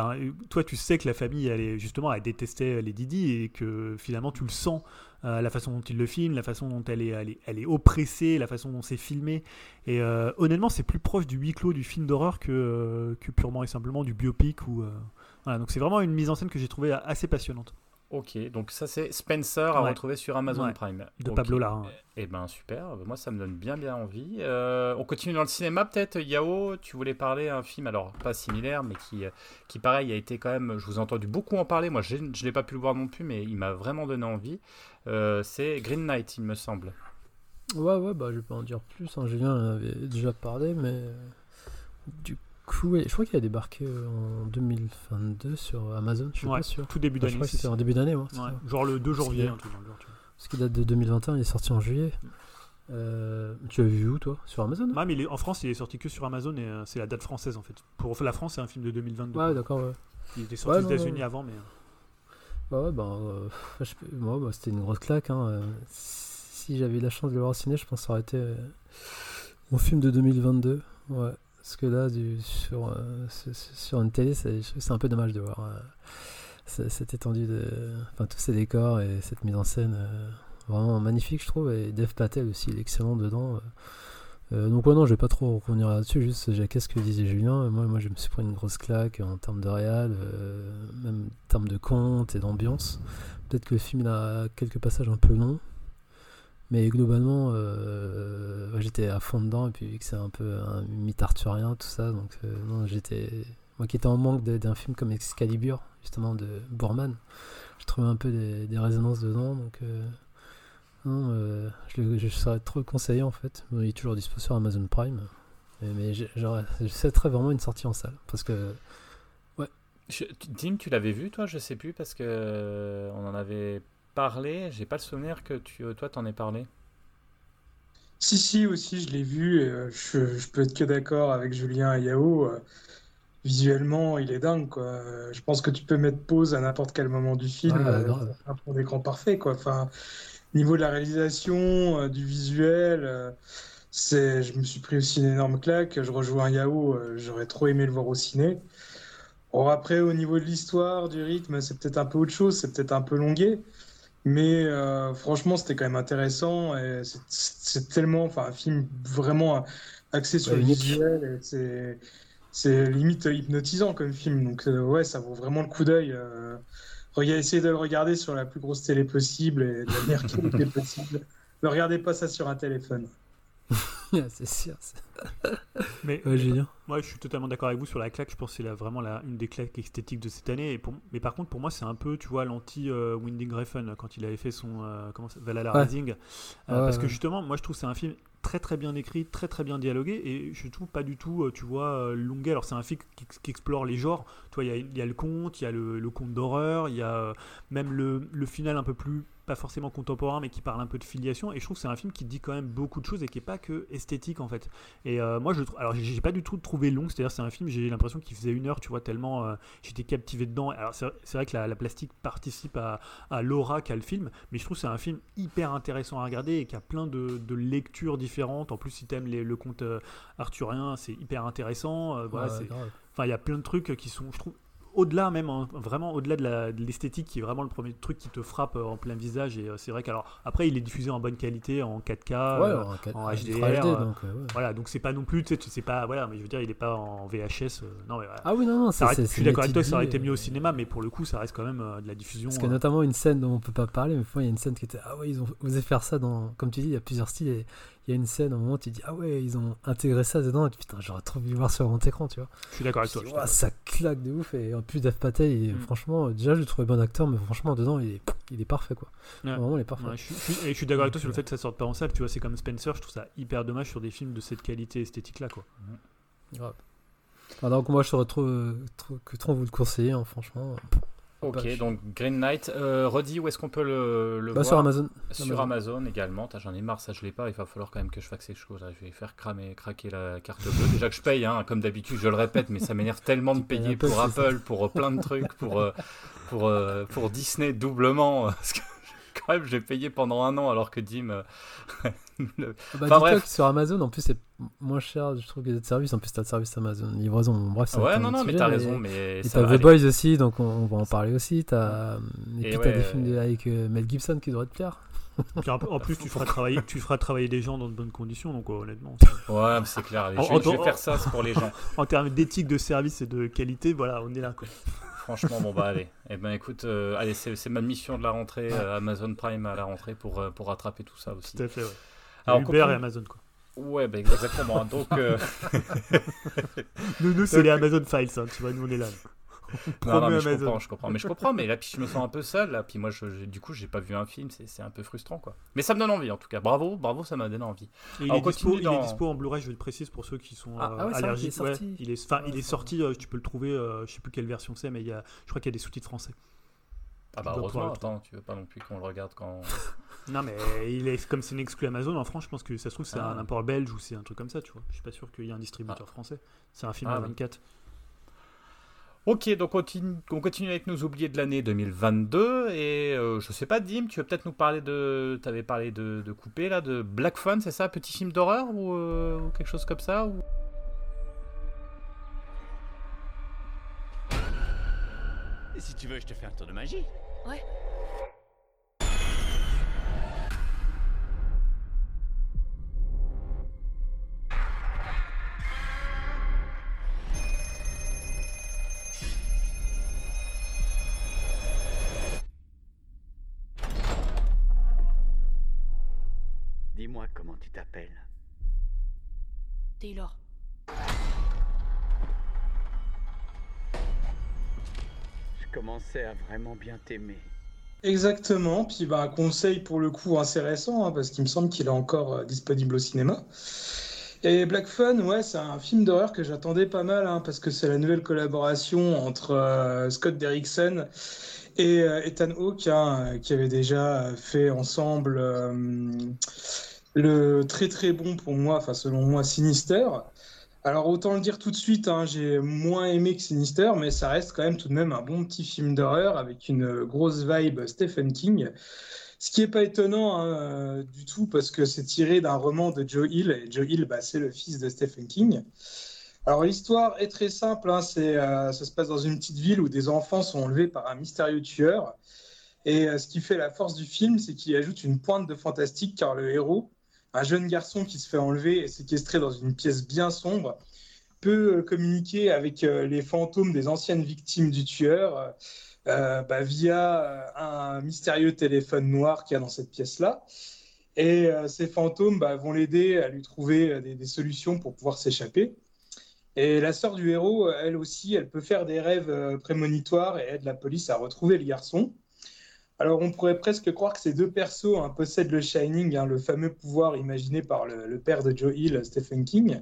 toi tu sais que la famille elle détestait Lady Di, et que finalement tu le sens, la façon dont il le filme, la façon dont elle est oppressée, la façon dont c'est filmé. Et honnêtement, c'est plus proche du huis clos du film d'horreur que purement et simplement du biopic. Voilà, donc c'est vraiment une mise en scène que j'ai trouvée assez passionnante. Ok, donc ça c'est Spencer à retrouver sur Amazon Prime. De Pablo Larraín. Eh ben super, moi ça me donne bien envie. On continue dans le cinéma peut-être. Yao, tu voulais parler d'un film, alors pas similaire, mais qui pareil a été quand même, je vous ai entendu beaucoup en parler, moi je l'ai pas pu le voir non plus, mais il m'a vraiment donné envie. C'est Green Knight, il me semble. Ouais, je vais pas en dire plus, Julien en avait déjà parlé, mais du coup, je crois qu'il a débarqué en 2022 sur Amazon, je suis pas sûr. Tout début d'année. Je crois que c'était en début d'année, genre le 2 janvier. Parce qu'il date de 2021, il est sorti en juillet. Tu l'as vu où, toi? Sur Amazon? Mais en France, il est sorti que sur Amazon, et c'est la date française en fait. Pour la France, c'est un film de 2022. Ouais, d'accord, ouais. Il était sorti aux États-Unis avant, mais. Moi, c'était une grosse claque. Si j'avais eu la chance de le voir au ciné, je pense que ça aurait été mon film de 2022. Ouais. Parce que là, sur une télé, je trouve que c'est un peu dommage de voir cette étendue tous ces décors et cette mise en scène vraiment magnifique, je trouve. Et Dev Patel aussi, il est excellent dedans. Donc non, je vais pas trop revenir là-dessus, juste qu'est-ce que disait Julien. Moi, je me suis pris une grosse claque en termes de réal, même en termes de conte et d'ambiance. Peut-être que le film il a quelques passages un peu longs, mais globalement j'étais à fond dedans, et puis vu que c'est un peu un mythe arthurien tout ça, donc moi qui étais en manque d'un film comme Excalibur justement de Boorman, j'ai trouvé un peu des résonances dedans, donc je serais trop conseillé en fait. Il est toujours dispo sur Amazon Prime, mais je souhaiterais vraiment une sortie en salle, parce que Tim, tu l'avais vu toi? Je sais plus, parce que on en avait parlé, j'ai pas le souvenir que toi t'en aies parlé. Si, aussi je l'ai vu, et je peux être que d'accord avec Julien et Yao. Visuellement, il est dingue, quoi. Je pense que tu peux mettre pause à n'importe quel moment du film. Un fond d'écran parfait, quoi. Enfin, niveau de la réalisation, du visuel, Je me suis pris aussi une énorme claque. Je rejoins Yao, j'aurais trop aimé le voir au ciné. Bon, après, au niveau de l'histoire, du rythme, c'est peut-être un peu autre chose, c'est peut-être un peu longué. Mais franchement, c'était quand même intéressant. Et c'est tellement, enfin, un film vraiment axé sur le unique. visuel. C'est limite hypnotisant comme film. Donc, ouais, ça vaut vraiment le coup d'œil. Essayez de le regarder sur la plus grosse télé possible et de la meilleure qualité possible. Ne regardez pas ça sur un téléphone. C'est sûr. Mais Julien. Moi, je suis totalement d'accord avec vous sur la claque. Je pense que c'est vraiment une des claques esthétiques de cette année. Mais par contre, pour moi, c'est un peu, tu vois, l'anti-Winding Refn quand il avait fait son Valhalla Rising. Parce que justement, moi, je trouve que c'est un film très très bien écrit, très très bien dialogué, et je trouve pas du tout, tu vois, longuet. Alors c'est un film qui explore les genres. Tu vois, il y a le conte, il y a le conte d'horreur, il y a même le final un peu plus, pas forcément contemporain, mais qui parle un peu de filiation. Et je trouve que c'est un film qui dit quand même beaucoup de choses et qui est pas que esthétique en fait. Et moi, alors j'ai pas du tout trouvé long. C'est-à-dire, c'est un film, j'ai l'impression qu'il faisait 1 heure, tu vois, tellement j'étais captivé dedans. Alors c'est vrai que la plastique participe à l'aura qu'a le film, mais je trouve que c'est un film hyper intéressant à regarder et qui a plein de lectures différentes. En plus, si t'aimes le conte arthurien, c'est hyper intéressant. Voilà, enfin, il y a plein de trucs qui sont, je trouve, au-delà même, hein, vraiment au-delà de l'esthétique, qui est vraiment le premier truc qui te frappe en plein visage. Et c'est vrai qu'alors après, il est diffusé en bonne qualité, en 4K, en HDR. Voilà, donc c'est pas non plus, tu sais, c'est pas, voilà, mais je veux dire, il est pas en VHS. Non, mais voilà. Ah oui, non, je suis d'accord avec toi, ça aurait été mieux au cinéma, mais pour le coup, ça reste quand même de la diffusion. Parce que notamment une scène dont on peut pas parler, mais il y a une scène qui était, ah ouais, ils ont osé faire ça dans, comme tu dis, il y a plusieurs styles. Et il y a une scène, au moment où tu dis, ah ouais, ils ont intégré ça dedans, et putain, j'aurais trop voulu voir sur grand écran, tu vois. Je suis d'accord avec toi. Ça claque de ouf, et en plus, Dev Patel, franchement, déjà, je le trouvais bon acteur, mais franchement, dedans, il est parfait, quoi. Ouais. Vraiment, il est parfait. Ouais, je suis d'accord avec toi sur le fait que ça sorte pas en salle, tu vois, c'est comme Spencer, je trouve ça hyper dommage sur des films de cette qualité esthétique-là, quoi. Grave. Alors, donc, moi, je saurais trop vous le conseiller, hein, franchement. Ok, donc Green Knight, redis où est-ce qu'on peut le voir? Sur Amazon. Sur Amazon également. J'en ai marre, ça je l'ai pas. Il va falloir quand même que je fasse quelque chose. Là. Je vais faire craquer la carte bleue. Déjà que je paye, hein, comme d'habitude, je le répète, mais ça m'énerve tellement de payer pour Apple, pour plein de trucs, pour Disney doublement. Parce que quand même, j'ai payé pendant 1 an alors que Dim. Enfin, bref. Sur Amazon, en plus, c'est moins cher, je trouve, que les autres services. En plus, t'as le service Amazon livraison. Bref, ouais, non, mais t'as raison. Mais et t'as The Boys aussi, donc on va en parler aussi. Et puis, t'as des films avec Mel Gibson qui devraient te plaire. Puis en plus, tu feras travailler des gens dans de bonnes conditions, donc honnêtement. Ouais, c'est clair. Je vais faire ça, c'est pour les gens. En termes d'éthique de service et de qualité, voilà, on est là, quoi. Franchement, bon bah allez. Eh ben écoute, allez, c'est ma mission de la rentrée, Amazon Prime à la rentrée pour rattraper tout ça aussi. Tout à fait, ouais. Alors, Uber et Amazon, quoi. Ouais, bah exactement. Donc, nous c'est les Amazon Files, hein, tu vois, nous on est là. Non, mais je comprends, mais là, puis je me sens un peu seul, là, puis moi, du coup, j'ai pas vu un film, c'est un peu frustrant, quoi. Mais ça me donne envie, en tout cas. Bravo, ça m'a donné envie. Il est dispo en Blu-ray, je le précise pour ceux qui sont allergiques. Il est sorti, tu peux le trouver, je sais plus quelle version c'est, mais je crois qu'il y a des sous-titres français. Ah bah heureusement, attends, tu veux pas non plus qu'on le regarde quand... Non, mais comme c'est une exclu Amazon, en France, je pense que ça se trouve, c'est un import belge ou c'est un truc comme ça, tu vois. Je suis pas sûr qu'il y ait un distributeur français. C'est un film à 24. Ok, donc on continue avec nos oubliés de l'année 2022 et je sais pas, Dim, tu veux peut-être nous parler t'avais parlé de Coupé là, de Black Phone, c'est ça, petit film d'horreur ou quelque chose comme ça ou... Si tu veux, je te fais un tour de magie. Ouais. Dis-moi comment tu t'appelles. Taylor. Je commençais à vraiment bien t'aimer. Exactement, puis un conseil pour le coup assez récent, hein, parce qu'il me semble qu'il est encore disponible au cinéma. Et Black Phone, ouais, c'est un film d'horreur que j'attendais pas mal, hein, parce que c'est la nouvelle collaboration entre Scott Derrickson et Ethan Hawke, hein, qui avaient déjà fait ensemble le très très bon pour moi, enfin selon moi, Sinister. Alors autant le dire tout de suite, hein, j'ai moins aimé que Sinister, mais ça reste quand même tout de même un bon petit film d'horreur avec une grosse vibe Stephen King. Ce qui n'est pas étonnant du tout, parce que c'est tiré d'un roman de Joe Hill, et Joe Hill, c'est le fils de Stephen King. Alors l'histoire est très simple, ça se passe dans une petite ville où des enfants sont enlevés par un mystérieux tueur. Et ce qui fait la force du film, c'est qu'il ajoute une pointe de fantastique, car le héros, un jeune garçon qui se fait enlever et séquestrer dans une pièce bien sombre, peut communiquer avec les fantômes des anciennes victimes du tueur via un mystérieux téléphone noir qu'il y a dans cette pièce-là. Et ces fantômes vont l'aider à lui trouver des solutions pour pouvoir s'échapper. Et la sœur du héros, elle aussi, elle peut faire des rêves prémonitoires et aide la police à retrouver le garçon. Alors, on pourrait presque croire que ces deux persos possèdent le Shining, le fameux pouvoir imaginé par le père de Joe Hill, Stephen King.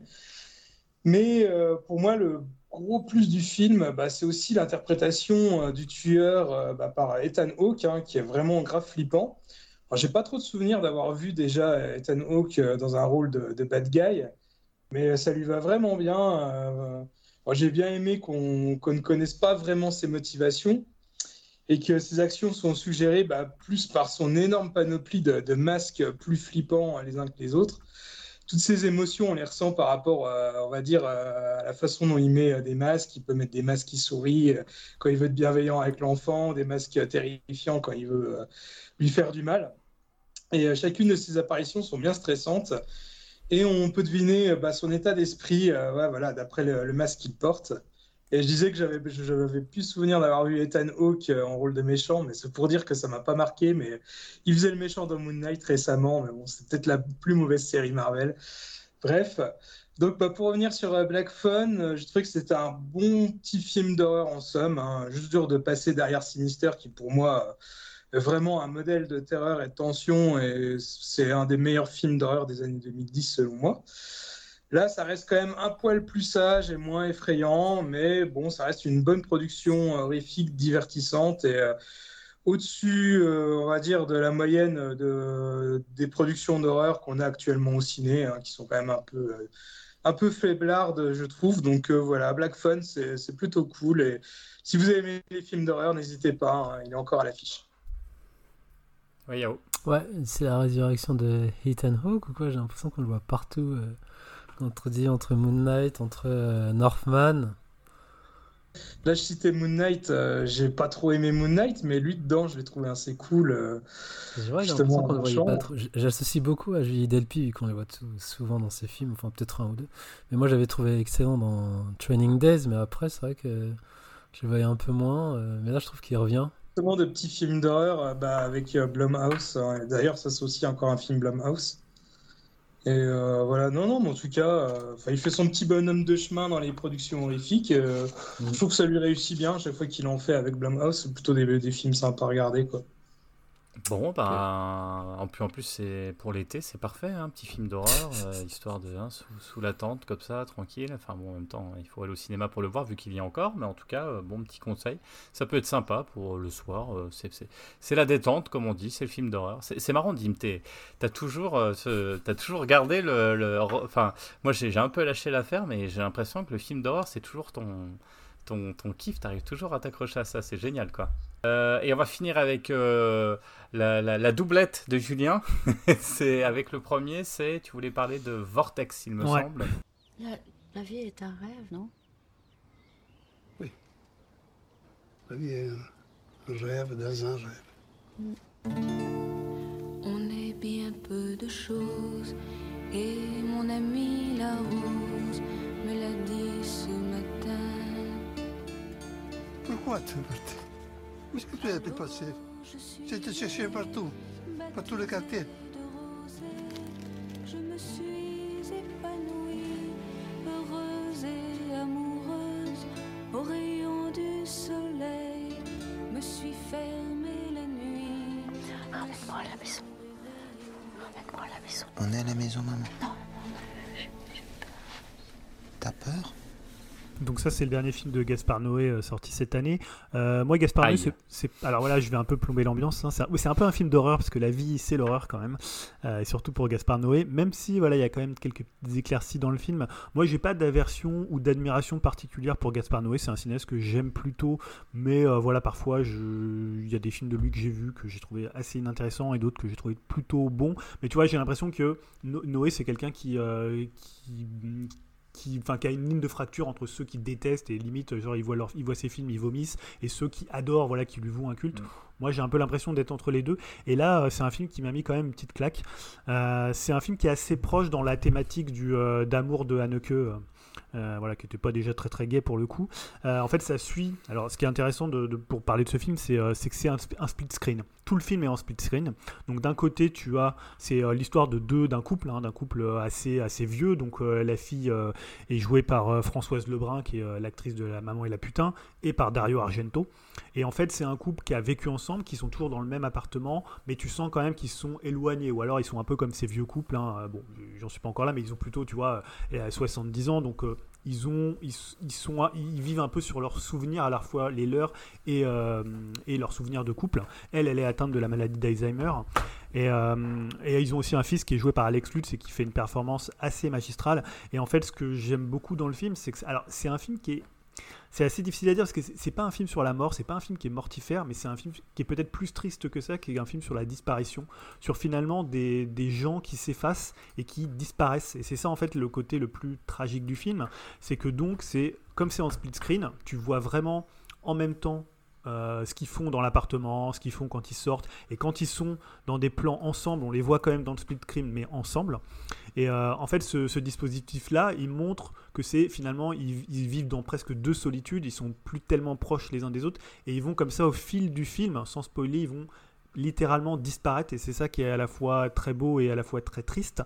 Mais pour moi, le gros plus du film, c'est aussi l'interprétation du tueur par Ethan Hawke, qui est vraiment grave flippant. Alors, j'ai pas trop de souvenirs d'avoir vu déjà Ethan Hawke dans un rôle de bad guy, mais ça lui va vraiment bien. J'ai bien aimé qu'on ne connaisse pas vraiment ses motivations, et que ses actions sont suggérées plus par son énorme panoplie de masques plus flippants les uns que les autres. Toutes ces émotions, on les ressent par rapport, on va dire, à la façon dont il met des masques. Il peut mettre des masques qui sourient quand il veut être bienveillant avec l'enfant, des masques terrifiants quand il veut lui faire du mal. Et chacune de ces apparitions sont bien stressantes. Et on peut deviner son état d'esprit d'après le masque qu'il porte. Et je disais que j'avais plus souvenir d'avoir vu Ethan Hawke en rôle de méchant, mais c'est pour dire que ça m'a pas marqué. Mais il faisait le méchant dans Moon Knight récemment, mais bon, c'est peut-être la plus mauvaise série Marvel. Bref, donc pour revenir sur Black Phone, je trouvais que c'était un bon petit film d'horreur en somme, juste dur de passer derrière Sinister, qui pour moi est vraiment un modèle de terreur et de tension, et c'est un des meilleurs films d'horreur des années 2010 selon moi. Là, ça reste quand même un poil plus sage et moins effrayant, mais bon, ça reste une bonne production horrifique, divertissante et au-dessus, on va dire, de la moyenne des productions d'horreur qu'on a actuellement au ciné, qui sont quand même un peu faiblardes, je trouve. Donc voilà, Black Phone, c'est plutôt cool. Et si vous aimez les films d'horreur, n'hésitez pas, il est encore à l'affiche. Ouais, Yao. Ouais, c'est la résurrection de Ethan Hawke ou quoi? J'ai l'impression qu'on le voit partout. Entre Moon Knight, entre Northman. Là, je citais Moon Knight. J'ai pas trop aimé Moon Knight, mais lui dedans, je l'ai trouvé assez cool. C'est vrai, j'ai l'impression qu'on le voyait pas trop. J'associe beaucoup à Julie Delpy, vu qu'on les voit souvent dans ses films, enfin peut-être un ou deux. Mais moi, j'avais trouvé excellent dans Training Days, mais après, c'est vrai que je le voyais un peu moins. Mais là, je trouve qu'il revient. Justement, de petits films d'horreur avec Blumhouse. D'ailleurs, ça, c'est aussi encore un film Blumhouse. Et voilà, non, mais en tout cas, il fait son petit bonhomme de chemin dans les productions horrifiques. Je trouve que ça lui réussit bien à chaque fois qu'il en fait avec Blumhouse. C'est plutôt des films sympas à regarder, quoi. Bon, en plus c'est pour l'été, c'est parfait, un petit film d'horreur, histoire de sous la tente comme ça, tranquille. Enfin bon, en même temps, il faut aller au cinéma pour le voir vu qu'il y a encore, mais en tout cas, bon petit conseil, ça peut être sympa pour le soir. C'est la détente, comme on dit, c'est le film d'horreur. C'est marrant, Dim, t'as toujours regardé enfin, moi j'ai un peu lâché l'affaire, mais j'ai l'impression que le film d'horreur c'est toujours ton kiff, t'arrives toujours à t'accrocher à ça, c'est génial quoi. Et on va finir avec la doublette de Julien. C'est avec le premier, tu voulais parler de Vortex, il me semble. La vie est un rêve, non? Oui. La vie est un rêve dans un rêve. On est bien peu de choses, et mon ami la rose me l'a dit ce matin. Pourquoi tu es parti? Où est-ce que tu as pu passer? J'ai te cherché partout le quartier. Je me suis épanouie, heureuse et amoureuse, au rayon du soleil, me suis fermée la nuit. Ramène-moi à la maison. Ramène-moi à la maison. On est à la maison, maman. Non. T'as peur? Donc ça, c'est le dernier film de Gaspard Noé sorti cette année. Moi, Gaspard Noé, alors voilà, je vais un peu plomber l'ambiance. Hein. C'est un peu un film d'horreur parce que la vie, c'est l'horreur quand même. Et surtout pour Gaspard Noé, même si voilà, il y a quand même quelques éclaircies dans le film. Moi, j'ai pas d'aversion ou d'admiration particulière pour Gaspard Noé. C'est un cinéaste que j'aime plutôt, mais voilà, parfois, il y a des films de lui que j'ai vus que j'ai trouvé assez inintéressants et d'autres que j'ai trouvé plutôt bons. Mais tu vois, j'ai l'impression que Noé, c'est quelqu'un qui a une ligne de fracture entre ceux qui détestent et limite genre ils voient ses films, ils vomissent, et ceux qui adorent, voilà, qui lui vouent un culte. Moi j'ai un peu l'impression d'être entre les deux, et là c'est un film qui m'a mis quand même une petite claque. C'est un film qui est assez proche dans la thématique d'amour de Haneke, voilà, qui n'était pas déjà très très gai pour le coup. En fait ça suit, alors ce qui est intéressant pour parler de ce film, c'est que c'est un split screen. Tout le film est en split screen. Donc d'un côté c'est l'histoire d'un couple assez vieux. Donc la fille est jouée par Françoise Lebrun, qui est l'actrice de La Maman et la Putain, et par Dario Argento. Et en fait c'est un couple qui a vécu ensemble, qui sont toujours dans le même appartement, mais tu sens quand même qu'ils sont éloignés, ou alors ils sont un peu comme ces vieux couples, hein. Bon, j'en suis pas encore là, mais ils ont plutôt, tu vois, 70 ans, donc ils vivent un peu sur leurs souvenirs, à la fois les leurs et leurs souvenirs de couple. Elle est atteinte de la maladie d'Alzheimer, et ils ont aussi un fils qui est joué par Alex Lutz et qui fait une performance assez magistrale. Et en fait, ce que j'aime beaucoup dans le film, c'est que c'est un film c'est assez difficile à dire parce que c'est pas un film sur la mort, c'est pas un film qui est mortifère, mais c'est un film qui est peut-être plus triste que ça, qui est un film sur la disparition, sur finalement des gens qui s'effacent et qui disparaissent. Et c'est ça en fait le côté le plus tragique du film, c'est que donc comme c'est en split screen, tu vois vraiment en même temps ce qu'ils font dans l'appartement, ce qu'ils font quand ils sortent, et quand ils sont dans des plans ensemble, on les voit quand même dans le split screen, mais ensemble. Et en fait, ce dispositif-là, il montre que c'est finalement, ils vivent dans presque deux solitudes, ils sont plus tellement proches les uns des autres, et ils vont comme ça au fil du film, sans spoiler, ils vont littéralement disparaître, et c'est ça qui est à la fois très beau et à la fois très triste.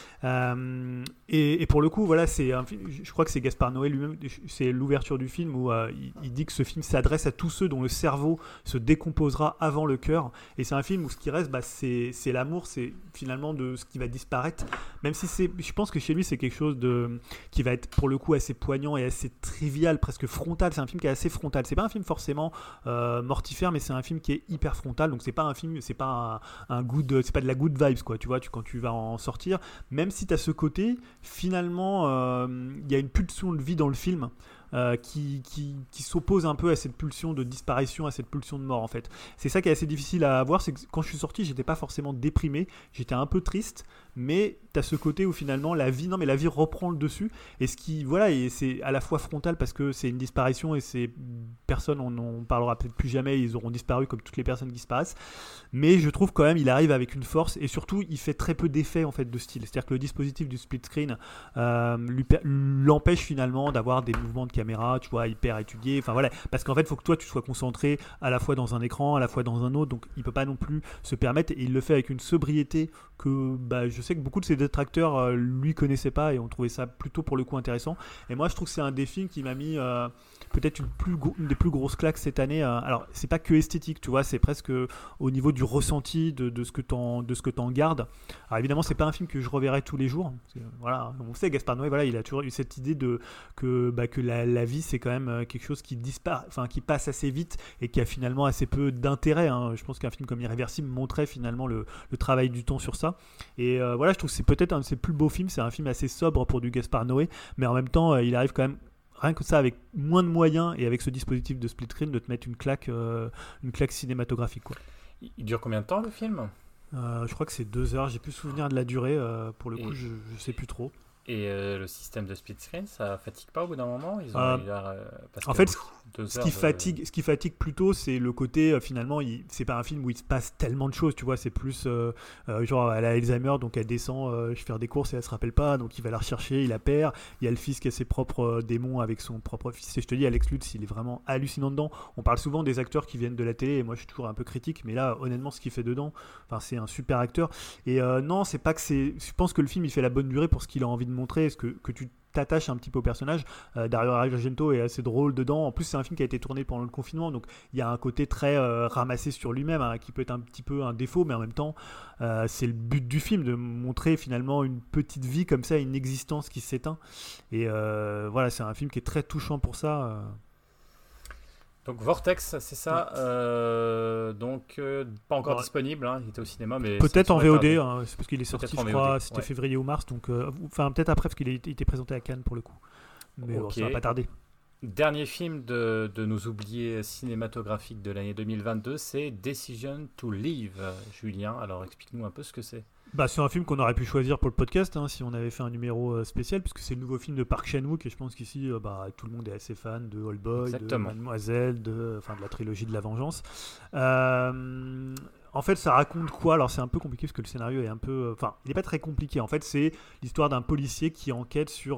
Et pour le coup, voilà, je crois que c'est Gaspard Noé lui-même, c'est l'ouverture du film où il dit que ce film s'adresse à tous ceux dont le cerveau se décomposera avant le cœur. Et c'est un film où ce qui reste, c'est l'amour, c'est finalement de ce qui va disparaître. Même si je pense que chez lui, c'est quelque chose qui va être pour le coup assez poignant et assez trivial, presque frontal. C'est un film qui est assez frontal. C'est pas un film forcément mortifère, mais c'est un film qui est hyper frontal. Donc c'est pas un film, c'est pas c'est pas de la good vibes, quoi. Tu vois, quand tu vas en sortir, même si tu as ce côté, finalement, il y a une pulsion de vie dans le film qui s'oppose un peu à cette pulsion de disparition, à cette pulsion de mort en fait. C'est ça qui est assez difficile à voir, c'est que quand je suis sorti, j'étais pas forcément déprimé, j'étais un peu triste, mais tu as ce côté où finalement la vie reprend le dessus, et et c'est à la fois frontal parce que c'est une disparition et ces personnes, on n'en parlera peut-être plus jamais, ils auront disparu comme toutes les personnes qui disparaissent, mais je trouve quand même il arrive avec une force, et surtout il fait très peu d'effets en fait de style, c'est-à-dire que le dispositif du split screen l'empêche finalement d'avoir des mouvements de caméra, tu vois, hyper étudiés, enfin voilà, parce qu'en fait il faut que toi tu sois concentré à la fois dans un écran, à la fois dans un autre, donc il peut pas non plus se permettre, et il le fait avec une sobriété que je sais que beaucoup de ses détracteurs lui connaissaient pas, et ont trouvé ça plutôt pour le coup intéressant. Et moi je trouve que c'est un des films qui m'a mis peut-être une des plus grosses claques cette année. Alors c'est pas que esthétique, tu vois, c'est presque au niveau du ressenti de ce que t'en gardes. Alors évidemment c'est pas un film que je reverrai tous les jours, parce que, voilà, on sait Gaspard Noé, voilà, il a toujours eu cette idée que la vie c'est quand même quelque chose qui qui passe assez vite et qui a finalement assez peu d'intérêt, hein. Je pense qu'un film comme Irréversible montrait finalement le travail du temps sur ça, et voilà, je trouve que c'est peut-être un de ses plus beaux films. C'est un film assez sobre pour du Gaspard Noé, mais en même temps il arrive quand même, rien que ça, avec moins de moyens et avec ce dispositif de split screen, de te mettre une claque cinématographique, quoi. Il dure combien de temps le film ? Je crois que c'est 2 heures, j'ai plus souvenir de la durée, pour le coup je sais plus trop. Et le système de split screen, ça fatigue pas au bout d'un moment ? En fait, ce qui fatigue plutôt, c'est le côté, finalement, c'est pas un film où il se passe tellement de choses, tu vois, c'est plus genre elle a Alzheimer, donc elle descend faire des courses et elle se rappelle pas, donc il va la rechercher, il la perd, il y a le fils qui a ses propres démons avec son propre fils, et je te dis, Alex Lutz, il est vraiment hallucinant dedans. On parle souvent des acteurs qui viennent de la télé, et moi je suis toujours un peu critique, mais là, honnêtement, ce qu'il fait dedans, c'est un super acteur. Et non, c'est pas que je pense que le film il fait la bonne durée pour ce qu'il a envie de montrer, ce que tu t'attaches un petit peu au personnage. Dario Argento est assez drôle dedans. En plus, c'est un film qui a été tourné pendant le confinement, donc il y a un côté très ramassé sur lui-même, hein, qui peut être un petit peu un défaut, mais en même temps, c'est le but du film, de montrer finalement une petite vie comme ça, une existence qui s'éteint. Et voilà, c'est un film qui est très touchant pour ça. Donc Vortex, c'est ça. Donc pas encore disponible, hein. Il était au cinéma, mais peut-être en VOD, hein, c'est parce qu'il est sorti, je crois, c'était ouais. février ou mars, donc enfin peut-être après parce qu'il était présenté à Cannes pour le coup. Mais bon, ça va pas tarder. Dernier film de nos oubliés cinématographiques de l'année 2022, c'est Decision to Live. Julien, alors explique-nous un peu ce que c'est. Bah, c'est un film qu'on aurait pu choisir pour le podcast, hein, si on avait fait un numéro spécial, puisque c'est le nouveau film de Park Chan-wook, et je pense qu'ici tout le monde est assez fan de Old Boy, de Mademoiselle, de la trilogie de la vengeance. En fait, ça raconte quoi? Alors, c'est un peu compliqué parce que le scénario est un peu... il n'est pas très compliqué. En fait, c'est l'histoire d'un policier qui enquête sur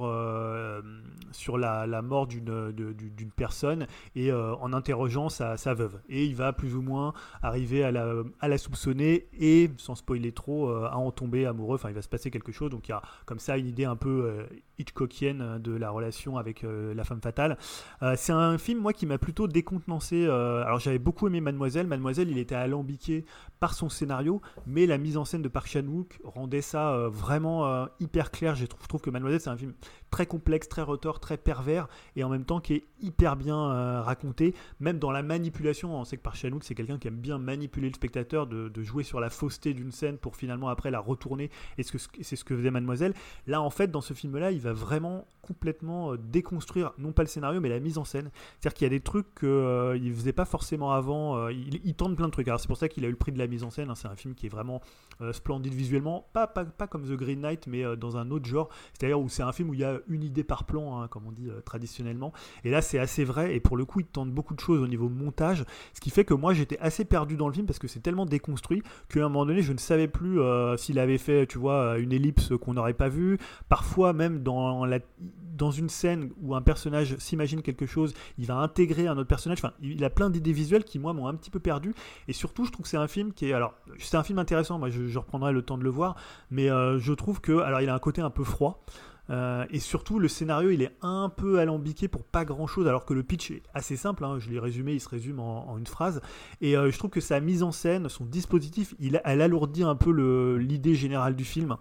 la mort d'une personne et en interrogeant sa veuve. Et il va plus ou moins arriver à la soupçonner et, sans spoiler trop, à en tomber amoureux. Enfin, il va se passer quelque chose. Donc, il y a comme ça une idée un peu Hitchcockienne de la relation avec la femme fatale. C'est un film, moi, qui m'a plutôt décontenancé. Alors, j'avais beaucoup aimé Mademoiselle. Mademoiselle, il était alambiqué par son scénario, mais la mise en scène de Park Chan-wook rendait ça vraiment hyper clair. Je trouve que Mademoiselle, c'est un film très complexe, très retors, très pervers, et en même temps qui est hyper bien raconté, même dans la manipulation. On sait que Park Chan-wook, c'est quelqu'un qui aime bien manipuler le spectateur, de jouer sur la fausseté d'une scène pour finalement après la retourner, et c'est ce que faisait Mademoiselle. Là, en fait, dans ce film-là, il va vraiment complètement déconstruire, non pas le scénario, mais la mise en scène. C'est-à-dire qu'il y a des trucs qu'il ne faisait pas forcément avant. Il tente plein de trucs. Alors, c'est pour ça qu'il a eu le prix de la mise en scène, hein. C'est un film qui est vraiment splendide visuellement, pas comme The Green Knight, mais dans un autre genre, c'est-à-dire où c'est un film où il y a une idée par plan, hein, comme on dit traditionnellement, et là c'est assez vrai, et pour le coup il tente beaucoup de choses au niveau montage, ce qui fait que moi j'étais assez perdu dans le film parce que c'est tellement déconstruit qu'à un moment donné je ne savais plus s'il avait fait, tu vois, une ellipse qu'on n'aurait pas vue. Parfois même dans une scène où un personnage s'imagine quelque chose, il va intégrer un autre personnage. Enfin, il a plein d'idées visuelles qui moi m'ont un petit peu perdu, et surtout je trouve que c'est un film qui est, alors c'est un film intéressant, moi je reprendrai le temps de le voir, mais je trouve que, alors il a un côté un peu froid, et surtout le scénario il est un peu alambiqué pour pas grand chose, alors que le pitch est assez simple, hein, je l'ai résumé, il se résume en une phrase, et je trouve que sa mise en scène, son dispositif, elle alourdit un peu l'idée générale du film.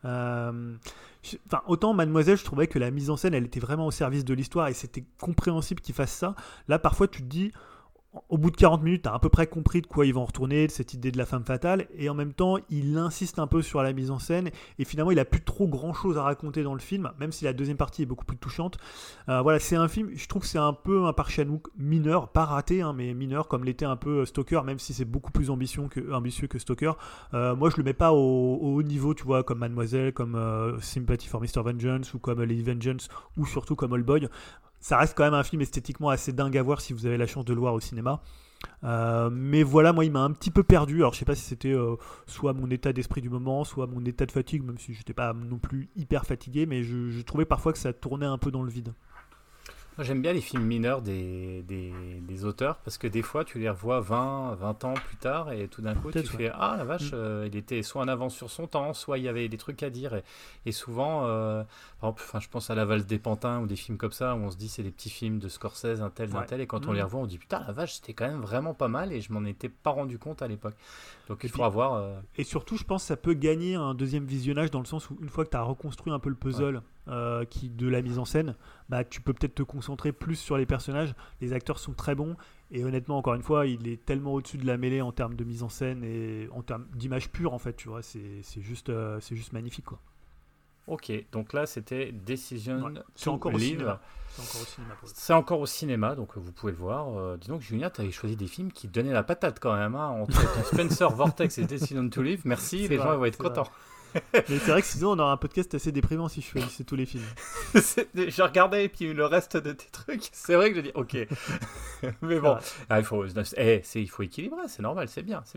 Autant Mademoiselle, je trouvais que la mise en scène elle était vraiment au service de l'histoire et c'était compréhensible qu'il fasse ça. Là parfois tu te dis, au bout de 40 minutes, tu as à peu près compris de quoi ils vont en retourner, de cette idée de la femme fatale, et en même temps, il insiste un peu sur la mise en scène, et finalement, il n'a plus trop grand-chose à raconter dans le film, même si la deuxième partie est beaucoup plus touchante. Voilà, c'est un film, je trouve que c'est un peu un Park Chan-wook mineur, pas raté, hein, mais mineur, comme l'était un peu Stalker, même si c'est beaucoup plus ambitieux que Stalker. Moi, je le mets pas au haut niveau, tu vois, comme Mademoiselle, comme Sympathy for Mr. Vengeance, ou comme Lady Vengeance, ou surtout comme Old Boy. Ça reste quand même un film esthétiquement assez dingue à voir si vous avez la chance de le voir au cinéma. Mais voilà, moi il m'a un petit peu perdu. Alors je sais pas si c'était soit mon état d'esprit du moment, soit mon état de fatigue, même si je n'étais pas non plus hyper fatigué, mais je trouvais parfois que ça tournait un peu dans le vide. Moi, j'aime bien les films mineurs des auteurs, parce que des fois tu les revois 20 ans plus tard et tout d'un coup tu fais ah la vache, il était soit en avance sur son temps, soit il y avait des trucs à dire, et souvent par exemple, je pense à La Valse des Pantins ou des films comme ça où on se dit c'est des petits films de Scorsese, un tel, et quand on les revoit on dit putain la vache, c'était quand même vraiment pas mal et je m'en étais pas rendu compte à l'époque. Donc il faudra voir. Et surtout je pense que ça peut gagner un deuxième visionnage, dans le sens où une fois que tu as reconstruit un peu le puzzle de la mise en scène, bah, tu peux peut-être te concentrer plus sur les personnages. Les acteurs sont très bons et honnêtement, encore une fois, il est tellement au-dessus de la mêlée en termes de mise en scène et en termes d'image pure, en fait, tu vois, c'est juste magnifique, quoi. Ok, donc là c'était Decision to Live. C'est encore au cinéma, donc vous pouvez le voir. Dis donc Julien, tu avais choisi des films qui donnaient la patate quand même, hein, entre Spencer, Vortex et Decision to Live. Merci, les gens vont être contents. Mais c'est vrai que sinon on aura un podcast assez déprimant si je choisissais tous les films. J'ai regardé et puis le reste de tes trucs, c'est vrai que je dis ok. Mais bon, il faut équilibrer, c'est normal, c'est bien.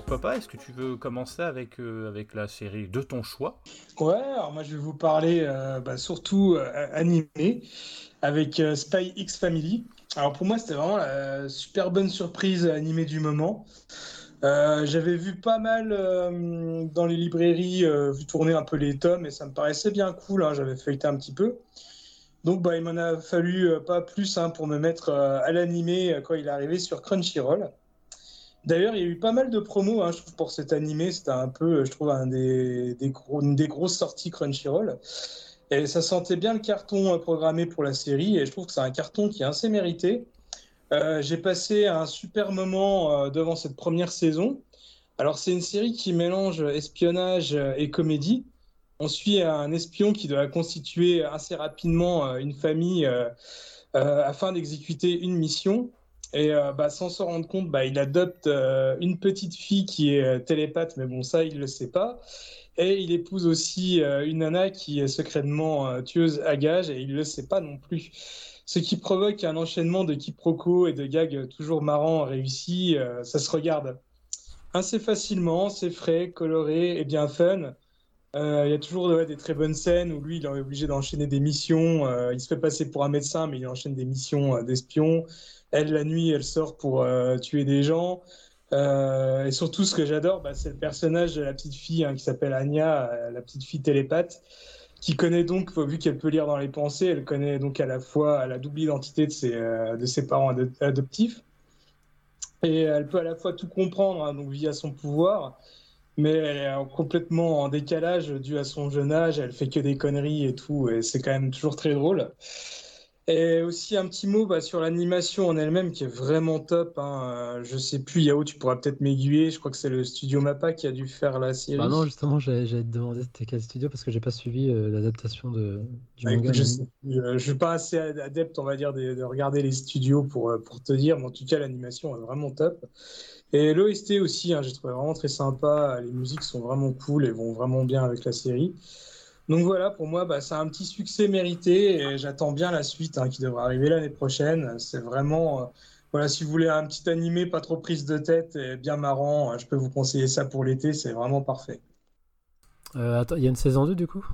Papa, est-ce que tu veux commencer avec la série de ton choix? Ouais, alors moi je vais vous parler surtout animé avec Spy X Family. Alors pour moi c'était vraiment la super bonne surprise animée du moment. J'avais vu pas mal dans les librairies, vu tourner un peu les tomes et ça me paraissait bien cool, hein, j'avais feuilleté un petit peu. Donc il m'en a fallu pas plus pour me mettre à l'animé quand il est arrivé sur Crunchyroll. D'ailleurs, il y a eu pas mal de promos, je trouve, pour cet animé. C'était un peu, je trouve, une des grosses sorties Crunchyroll. Et ça sentait bien le carton programmé pour la série. Et je trouve que c'est un carton qui est assez mérité. J'ai passé un super moment devant cette première saison. Alors, c'est une série qui mélange espionnage et comédie. On suit un espion qui doit constituer assez rapidement une famille afin d'exécuter une mission. Et sans s'en rendre compte, il adopte une petite fille qui est télépathe, mais bon, ça, il ne le sait pas. Et il épouse aussi une nana qui est secrètement tueuse à gages, et il ne le sait pas non plus. Ce qui provoque un enchaînement de quiproquos et de gags toujours marrants, réussis. Ça se regarde assez facilement, c'est frais, coloré et bien fun. Il y a toujours des très bonnes scènes où lui, il est obligé d'enchaîner des missions. Il se fait passer pour un médecin, mais il enchaîne des missions d'espion. Elle, la nuit, elle sort pour tuer des gens. Et surtout, ce que j'adore, c'est le personnage de la petite fille qui s'appelle Anya, la petite fille télépathe, qui connaît donc, vu qu'elle peut lire dans les pensées, elle connaît donc à la fois la double identité de ses parents adoptifs. Et elle peut à la fois tout comprendre, donc via son pouvoir, mais elle est complètement en décalage dû à son jeune âge. Elle fait que des conneries et tout, et c'est quand même toujours très drôle. Et aussi un petit mot sur l'animation en elle-même qui est vraiment top. Je sais plus, Yao, tu pourras peut-être m'aiguiller. Je crois que c'est le studio Mappa qui a dû faire la série. Bah non, justement, j'allais te demander c'était quel studio parce que j'ai pas suivi l'adaptation du manga. Écoute, je suis pas assez adepte, on va dire, de regarder les studios pour te dire, mais en tout cas, l'animation est vraiment top. Et l'OST aussi, j'ai trouvé vraiment très sympa. Les musiques sont vraiment cool et vont vraiment bien avec la série. Donc voilà, pour moi, c'est un petit succès mérité et j'attends bien la suite qui devrait arriver l'année prochaine. C'est vraiment, si vous voulez un petit animé pas trop prise de tête et bien marrant, je peux vous conseiller ça pour l'été, c'est vraiment parfait. Attends, il y a une saison 2 du coup?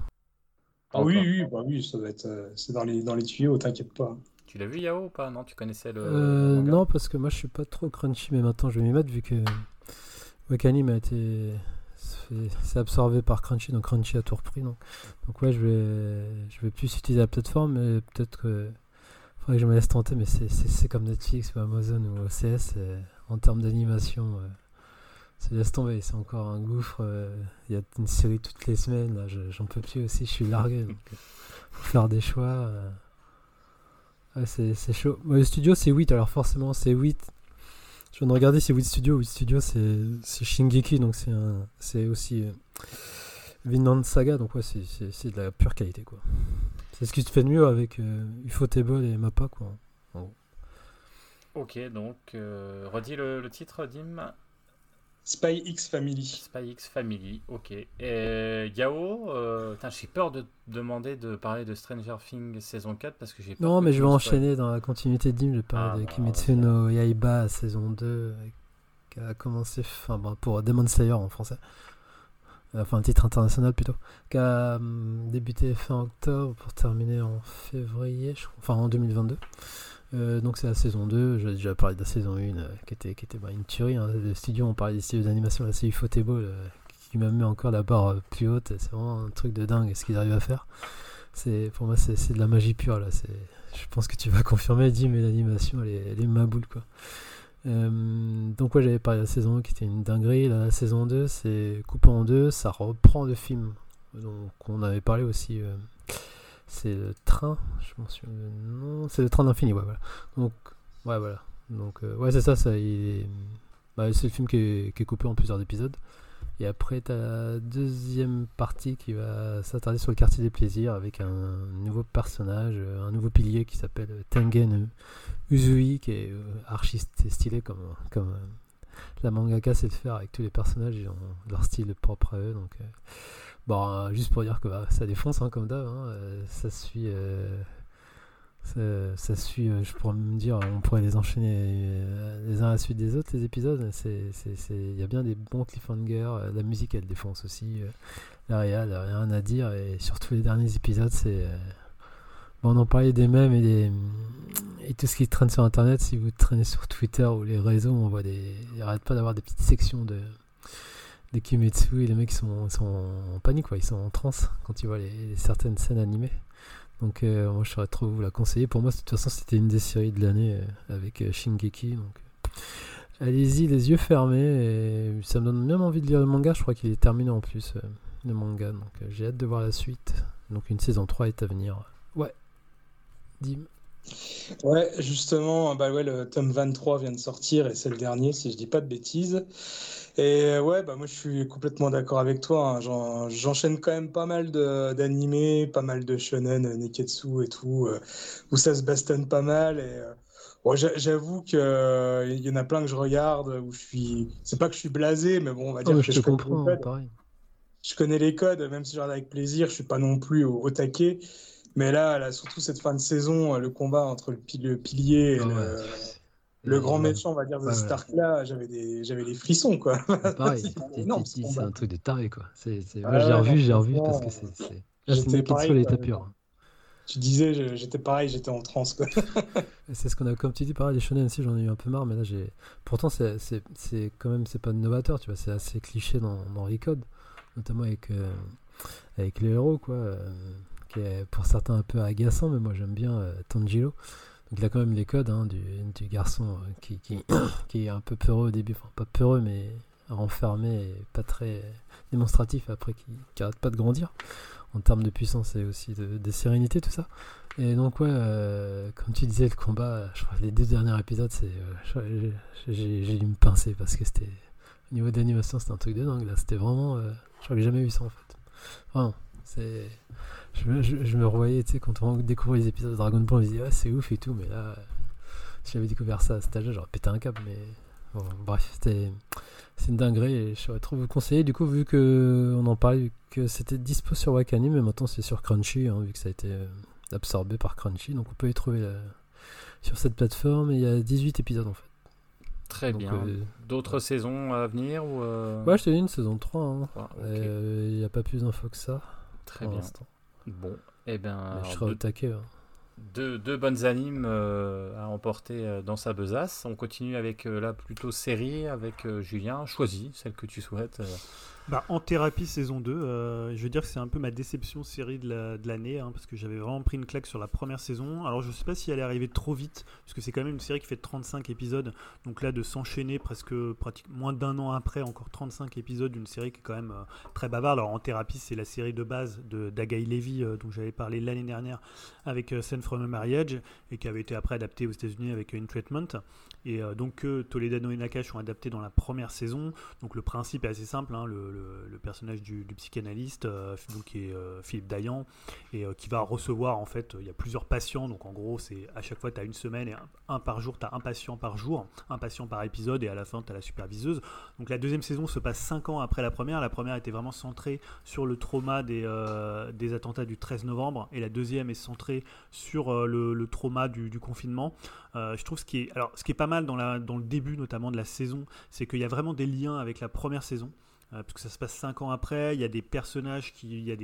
Oui, ça va être, c'est dans les tuyaux, t'inquiète pas. Tu l'as vu, Yao, ou pas? Non, tu connaissais le manga? Non, parce que moi je suis pas trop Crunchy, mais maintenant je vais m'y mettre vu que Wakanim a été... C'est absorbé par Crunchy, donc Crunchy a tout repris. Donc ouais, je vais plus utiliser la plateforme, mais peut-être que faudrait que je me laisse tenter, mais c'est comme Netflix ou Amazon ou OCS, en termes d'animation, c'est laisse tomber, c'est encore un gouffre. Il y a une série toutes les semaines, là, j'en peux plus aussi, je suis largué. Donc faut faire des choix. Ouais, c'est chaud. Le studio c'est 8, alors forcément c'est 8. Je viens de regarder, c'est 8 Studio. 8 Studio, c'est Shingeki, donc c'est aussi Vinland Saga, donc ouais, c'est de la pure qualité, quoi. C'est ce qui se fait de mieux avec Ufotable et Mappa, quoi. En gros. Ok, donc, redis le titre, Dim. Spy X Family. Spy X Family, ok. Et Yao, j'ai peur de demander de parler de Stranger Things saison 4 parce que j'ai peur. Non, mais je vais enchaîner dans la continuité de Dim. Je vais parler de Kimetsu no Yaiba saison 2 qui a commencé pour Demon Slayer en français. Enfin, un titre international plutôt. Qui a débuté fin octobre pour terminer en février, je crois, enfin en 2022. Donc c'est la saison 2, j'ai déjà parlé de la saison 1 qui était une tuerie. Le studio, on parlait des studios d'animation, là c'est Ufotable qui m'a mis encore la barre plus haute. C'est vraiment un truc de dingue ce qu'ils arrivent à faire. Pour moi c'est de la magie pure là. Je pense que tu vas confirmer, Dim, mais l'animation elle est ma boule, quoi. Donc ouais, j'avais parlé de la saison 1 qui était une dinguerie. Là, la saison 2 c'est coupé en deux, ça reprend le film. Donc on avait parlé aussi... c'est le train, je m'en souviens. Non, c'est le train d'infini, ouais, voilà. Donc, ouais, voilà. Donc, ouais, c'est ça, c'est le film qui est coupé en plusieurs épisodes. Et après, t'as la deuxième partie qui va s'attarder sur le quartier des plaisirs avec un nouveau personnage, un nouveau pilier qui s'appelle Tengen Uzui, qui est archi stylé comme la mangaka sait le faire avec tous les personnages, ils ont leur style propre à eux. Donc, juste pour dire que ça défonce, comme d'hab. Ça suit Ça suit, je pourrais me dire, on pourrait les enchaîner les uns à la suite des autres, les épisodes. Il y a bien des bons cliffhangers. La musique, elle défonce aussi. La réal, rien à dire. Et surtout les derniers épisodes, on en parlait des mèmes et tout ce qui traîne sur Internet. Si vous traînez sur Twitter ou les réseaux, on voit il n'arrête pas d'avoir des petites sections de Kimetsu et les mecs sont en panique, quoi. Ils sont en transe quand ils voient certaines scènes animées. Donc moi je saurais trop vous la conseiller. Pour moi de toute façon c'était une des séries de l'année avec Shingeki. Donc allez-y les yeux fermés. Et ça me donne même envie de lire le manga. Je crois qu'il est terminé en plus le manga. Donc j'ai hâte de voir la suite. Donc une saison 3 est à venir. Ouais. Dim. Ouais, justement, le tome 23 vient de sortir et c'est le dernier si je dis pas de bêtises. Et ouais, moi je suis complètement d'accord avec toi. J'enchaîne quand même pas mal d'animés, pas mal de shonen, neketsu et tout, où ça se bastonne pas mal. Et j'avoue que il y en a plein que je regarde où c'est pas que je suis blasé, mais bon, on va dire que je te comprends, pareil. Je connais les codes, même si je regarde avec plaisir, je suis pas non plus au taquet. Mais là, surtout cette fin de saison, le combat entre le pilier et le grand méchant, on va dire, de Stark, là, j'avais des frissons, quoi. Pareil, c'est un truc de taré, quoi. Moi, j'ai revu parce que c'est Neketsu à l'état pur. Tu disais, j'étais pareil, j'étais en transe, quoi. C'est ce qu'on a, comme tu dis, pareil, les shonen aussi, j'en ai eu un peu marre, mais là, pourtant, c'est quand même, c'est pas novateur, tu vois, c'est assez cliché dans les codes, notamment avec les héros, quoi. Qui est pour certains un peu agaçant, mais moi j'aime bien Tanjiro. Donc il a quand même les codes du garçon qui est un peu peureux au début, enfin pas peureux mais renfermé et pas très démonstratif après, qui arrête pas de grandir en termes de puissance et aussi de sérénité, tout ça. Et donc comme tu disais, le combat, je crois que les 2 derniers épisodes, j'ai dû me pincer parce que c'était, au niveau d'animation, c'était un truc de dingue là, c'était vraiment, je crois que j'ai jamais vu ça en fait. Vraiment, c'est... Je me revoyais, tu sais, quand on découvrait les épisodes de Dragon Ball, je me disais, c'est ouf et tout, mais là, si j'avais découvert ça à cet âge-là, j'aurais pété un câble, mais bon, bref, c'est une dinguerie et je saurais trop vous conseiller. Du coup, vu qu'on en parlait, vu que c'était dispo sur Wakanim, mais maintenant c'est sur Crunchy, vu que ça a été absorbé par Crunchy, donc on peut les trouver sur cette plateforme et il y a 18 épisodes en fait. Très bien. D'autres saisons à venir ou Ouais, je t'ai dit une saison 3. Okay. Il n'y a pas plus d'infos que ça. Très bien. Bon, et je serai au taquet. Deux bonnes animes à emporter dans sa besace. On continue avec là plutôt série avec Julien. Choisis celle que tu souhaites. En thérapie saison 2, je veux dire que c'est un peu ma déception série de l'année, parce que j'avais vraiment pris une claque sur la première saison. Alors je sais pas si elle est arrivée trop vite, parce que c'est quand même une série qui fait 35 épisodes, donc là de s'enchaîner pratiquement moins d'un an après, encore 35 épisodes d'une série qui est quand même très bavarde. Alors en thérapie, c'est la série de base d'Agai Levy dont j'avais parlé l'année dernière avec Scene from a Marriage, et qui avait été après adaptée aux États-Unis avec In Treatment. Et donc Toledano et Nakash sont adaptés dans la première saison. Donc le principe est assez simple, le personnage du psychanalyste qui est Philippe Dayan, et qui va recevoir, en fait, il y a plusieurs patients, donc en gros c'est à chaque fois tu as une semaine et un par jour, tu as un patient par jour, un patient par épisode, et à la fin tu as la superviseuse. Donc la deuxième saison se passe 5 ans après la première était vraiment centrée sur le trauma des attentats du 13 novembre, et la deuxième est centrée sur le trauma du confinement. Je trouve ce qui est pas mal dans le début notamment de la saison, c'est qu'il y a vraiment des liens avec la première saison, parce que ça se passe 5 ans après. Il y a des personnages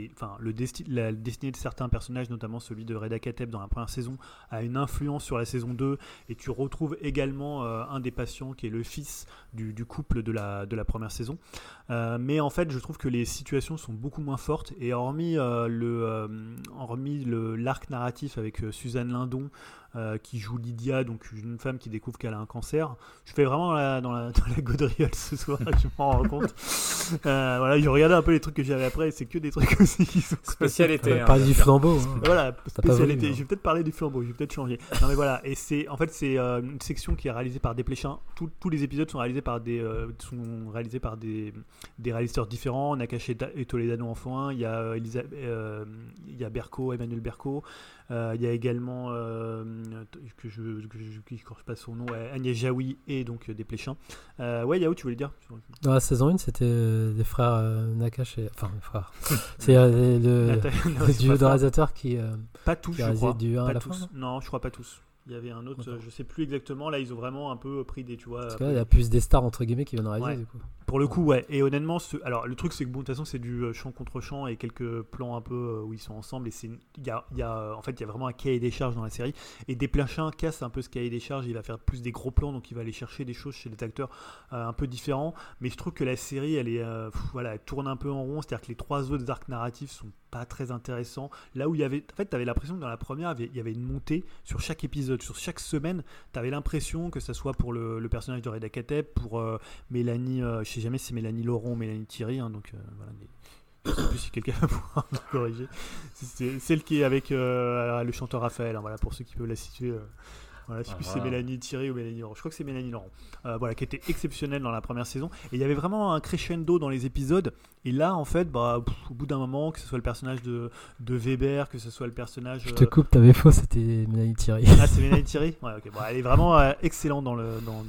la destinée de certains personnages, notamment celui de Reda Kateb dans la première saison, a une influence sur la saison 2, et tu retrouves également un des patients qui est le fils du couple de la première saison. Mais en fait je trouve que les situations sont beaucoup moins fortes, et hormis l'arc narratif avec Suzanne Lindon qui joue Lydia, donc une femme qui découvre qu'elle a un cancer. Je fais vraiment dans la gaudriole ce soir, je m'en rends compte. Je regardais un peu les trucs que j'avais après, et c'est que des trucs aussi qui sont spécialité. Parler du flambeau. Voilà, spécialité. Je vais peut-être parler du flambeau, je vais peut-être changer. Non mais voilà, et c'est une section qui est réalisée par Desplechin. Tous les épisodes sont réalisés par des réalisateurs différents. Nakash et Toledano en font un. Il y a Emmanuel Berco. Il y a également, que je ne corrige pas son nom, Agnès Jaoui et donc Desplechin. Ouais, Yao, tu voulais dire? Dans la saison 1, c'était des frères Nakache et... Enfin, les frères. C'est le duo de réalisateurs qui... pas tous, qui je crois. Du 1 pas à la tous. fin, Non, je crois pas tous. Il y avait un autre, je sais plus exactement. Là, ils ont vraiment un peu pris des, tu vois. Parce que là, il y a plus des stars entre guillemets qui viennent réaliser du coup. Pour le coup, ouais. Et honnêtement, alors le truc, c'est que bon, de toute façon, c'est du champ contre champ et quelques plans un peu où ils sont ensemble. Et il y a en fait, il y a vraiment un cahier des charges dans la série. Et Desplechin casse un peu ce cahier des charges. Il va faire plus des gros plans, donc il va aller chercher des choses chez les acteurs un peu différents. Mais je trouve que la série, elle est, voilà, elle tourne un peu en rond. C'est-à-dire que les 3 autres arcs narratifs sont pas très intéressants. Là où il y avait, en fait, t'avais l'impression que dans la première, il y avait une montée sur chaque épisode, sur chaque semaine. T'avais l'impression que ça soit pour le personnage de Reda Kateb, pour Mélanie, je sais jamais si c'est Mélanie Laurent ou Mélanie Thierry, hein, donc voilà. Je sais plus si quelqu'un va pouvoir me corriger. C'est celle qui est avec le chanteur Raphaël, hein, voilà, pour ceux qui peuvent la situer. Voilà, je sais plus si c'est Mélanie Thierry ou Mélanie Laurent. Je crois que c'est Mélanie Laurent. Voilà, qui était exceptionnelle dans la première saison. Et il y avait vraiment un crescendo dans les épisodes. Et là, en fait, au bout d'un moment, que ce soit le personnage de Weber, que ce soit le personnage... Je te coupe, t'avais faux, c'était Mélanie Thierry. Ah, c'est Mélanie Thierry. Ouais, ok. Bon, elle est vraiment excellente dans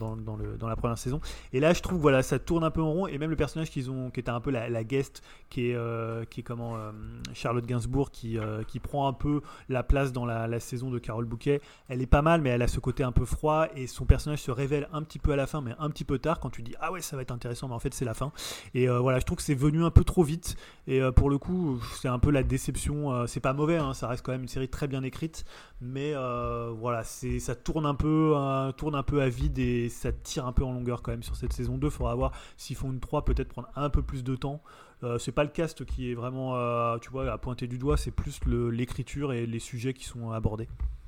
la première saison. Et là, je trouve, voilà, ça tourne un peu en rond. Et même le personnage qui était un peu la guest, qui est comment Charlotte Gainsbourg, qui prend un peu la place dans la saison de Carole Bouquet. Elle est pas mal, mais elle a ce côté un peu froid et son personnage se révèle un petit peu à la fin, mais un petit peu tard, quand tu dis ah ouais, ça va être intéressant, mais en fait c'est la fin. Et voilà, je trouve que c'est venu un peu trop vite. Et pour le coup, c'est un peu la déception. C'est pas mauvais, hein, ça reste quand même une série très bien écrite, mais voilà, ça tourne un peu à vide et ça tire un peu en longueur quand même sur cette saison 2. Il faudra voir s'ils font une 3, peut-être prendre un peu plus de temps. C'est pas le cast qui est vraiment tu vois, à pointer du doigt, c'est plus l'écriture et les sujets qui sont abordés.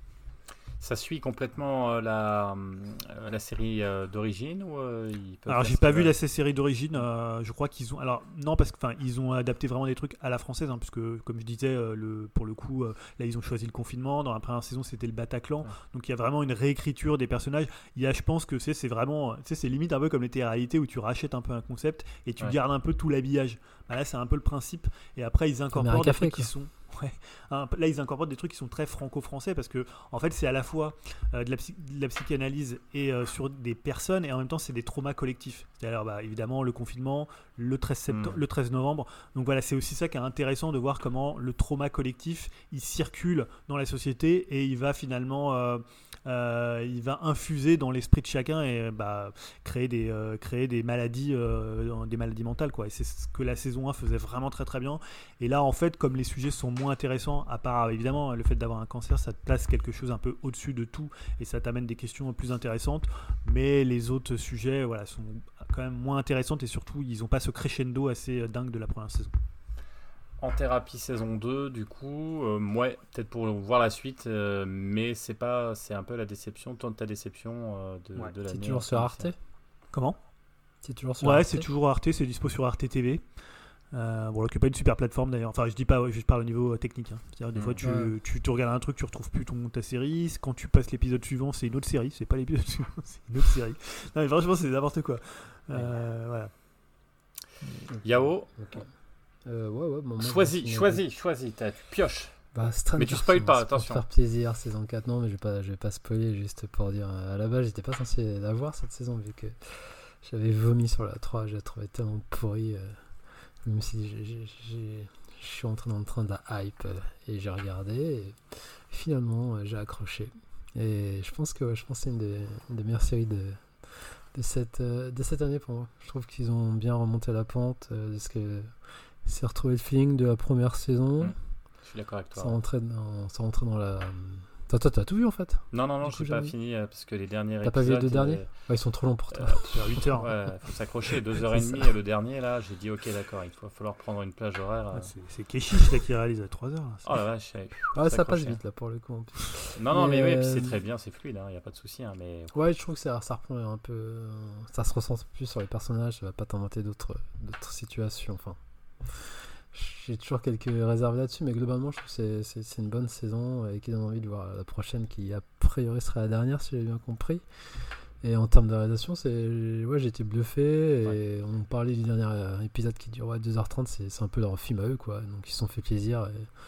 Ça suit complètement la série d'origine ou Alors j'ai pas vu la série d'origine. Je crois qu'ils ont. Alors non, parce que ils ont adapté vraiment des trucs à la française, hein, puisque comme je disais, pour le coup, là ils ont choisi le confinement. Dans la première saison, c'était le Bataclan. Donc il y a vraiment une réécriture des personnages. Il y a, je pense que c'est vraiment, c'est limite un peu comme les télé-réalités où tu rachètes un peu un concept et tu gardes un peu tout l'habillage. Là, c'est un peu le principe. Et après, ils incorporent des trucs qui sont. Ouais. Là, ils incorporent des trucs qui sont très franco-français parce que, en fait, c'est à la fois de la psychanalyse et sur des personnes, et en même temps, c'est des traumas collectifs. C'est-à-dire, évidemment, le confinement, le 13 novembre. Donc voilà, c'est aussi ça qui est intéressant de voir comment le trauma collectif, il circule dans la société et il va finalement, il va infuser dans l'esprit de chacun et créer des maladies mentales, quoi. Et c'est ce que la saison 1 faisait vraiment très très bien. Et là, en fait, comme les sujets sont moins intéressants, à part évidemment le fait d'avoir un cancer, ça te place quelque chose un peu au-dessus de tout et ça t'amène des questions plus intéressantes. Mais les autres sujets, voilà, sont quand même moins intéressantes et surtout, ils n'ont pas ce crescendo assez dingue de la première saison. En thérapie saison 2, du coup, ouais, peut-être pour voir la suite, mais c'est un peu la déception, ta déception de l'année. C'est toujours sur Arte. Comment ? C'est toujours sur Arte. Ouais, c'est toujours Arte, c'est dispo sur Arte TV. Bon, qui n'est pas une super plateforme d'ailleurs. Enfin, je parle au niveau technique. Hein. C'est-à-dire, des fois, tu regardes un truc, tu retrouves plus ta série. Quand tu passes l'épisode suivant, c'est une autre série. C'est pas l'épisode suivant, c'est une autre série. Non, mais franchement, c'est n'importe quoi. Voilà. Yao. Okay. Ouais, bon, choisis, tu pioches. Mais tu spoil pas, attention. Pour faire plaisir, saison 4, non, mais je vais pas spoiler, juste pour dire, à la base, j'étais pas censé la voir cette saison, vu que j'avais vomi sur la 3, je la trouvais tellement pourrie. Même si je suis entré dans le train de la hype et j'ai regardé et finalement j'ai accroché et je pense que c'est une des meilleures séries de cette année pour moi. Je trouve qu'ils ont bien remonté la pente de ce que c'est retrouvé le feeling de la première saison. Je suis d'accord avec toi. Sans rentrer dans la... Toi, t'as tout vu en fait ? Non, je n'ai pas fini parce que les derniers épisodes... T'as pas vu les 2 derniers ? Ouais, ils sont trop longs pour toi. 8 heures. Ouais, faut s'accrocher. 2h30 le dernier, là, j'ai dit ok, d'accord, il va falloir prendre une plage horaire. Ouais, c'est Keshish là, qui réalise à 3h. Oh la vache. Ça passe vite là pour le coup. En plus. Non, mais oui, puis c'est très bien, c'est fluide, il n'y a pas de souci. Hein, mais... Ouais, je trouve que ça reprend un peu. Ça se ressent plus sur les personnages, ça va pas t'inventer d'autres situations. Enfin. J'ai toujours quelques réserves là-dessus, mais globalement, je trouve que c'est une bonne saison et qui donne envie de voir la prochaine qui, a priori, sera la dernière, si j'ai bien compris. Et en termes de réalisation, j'ai été bluffé. Et on parlait du dernier épisode qui dure 2h30, c'est un peu leur film à eux, quoi. Donc, ils se sont fait plaisir.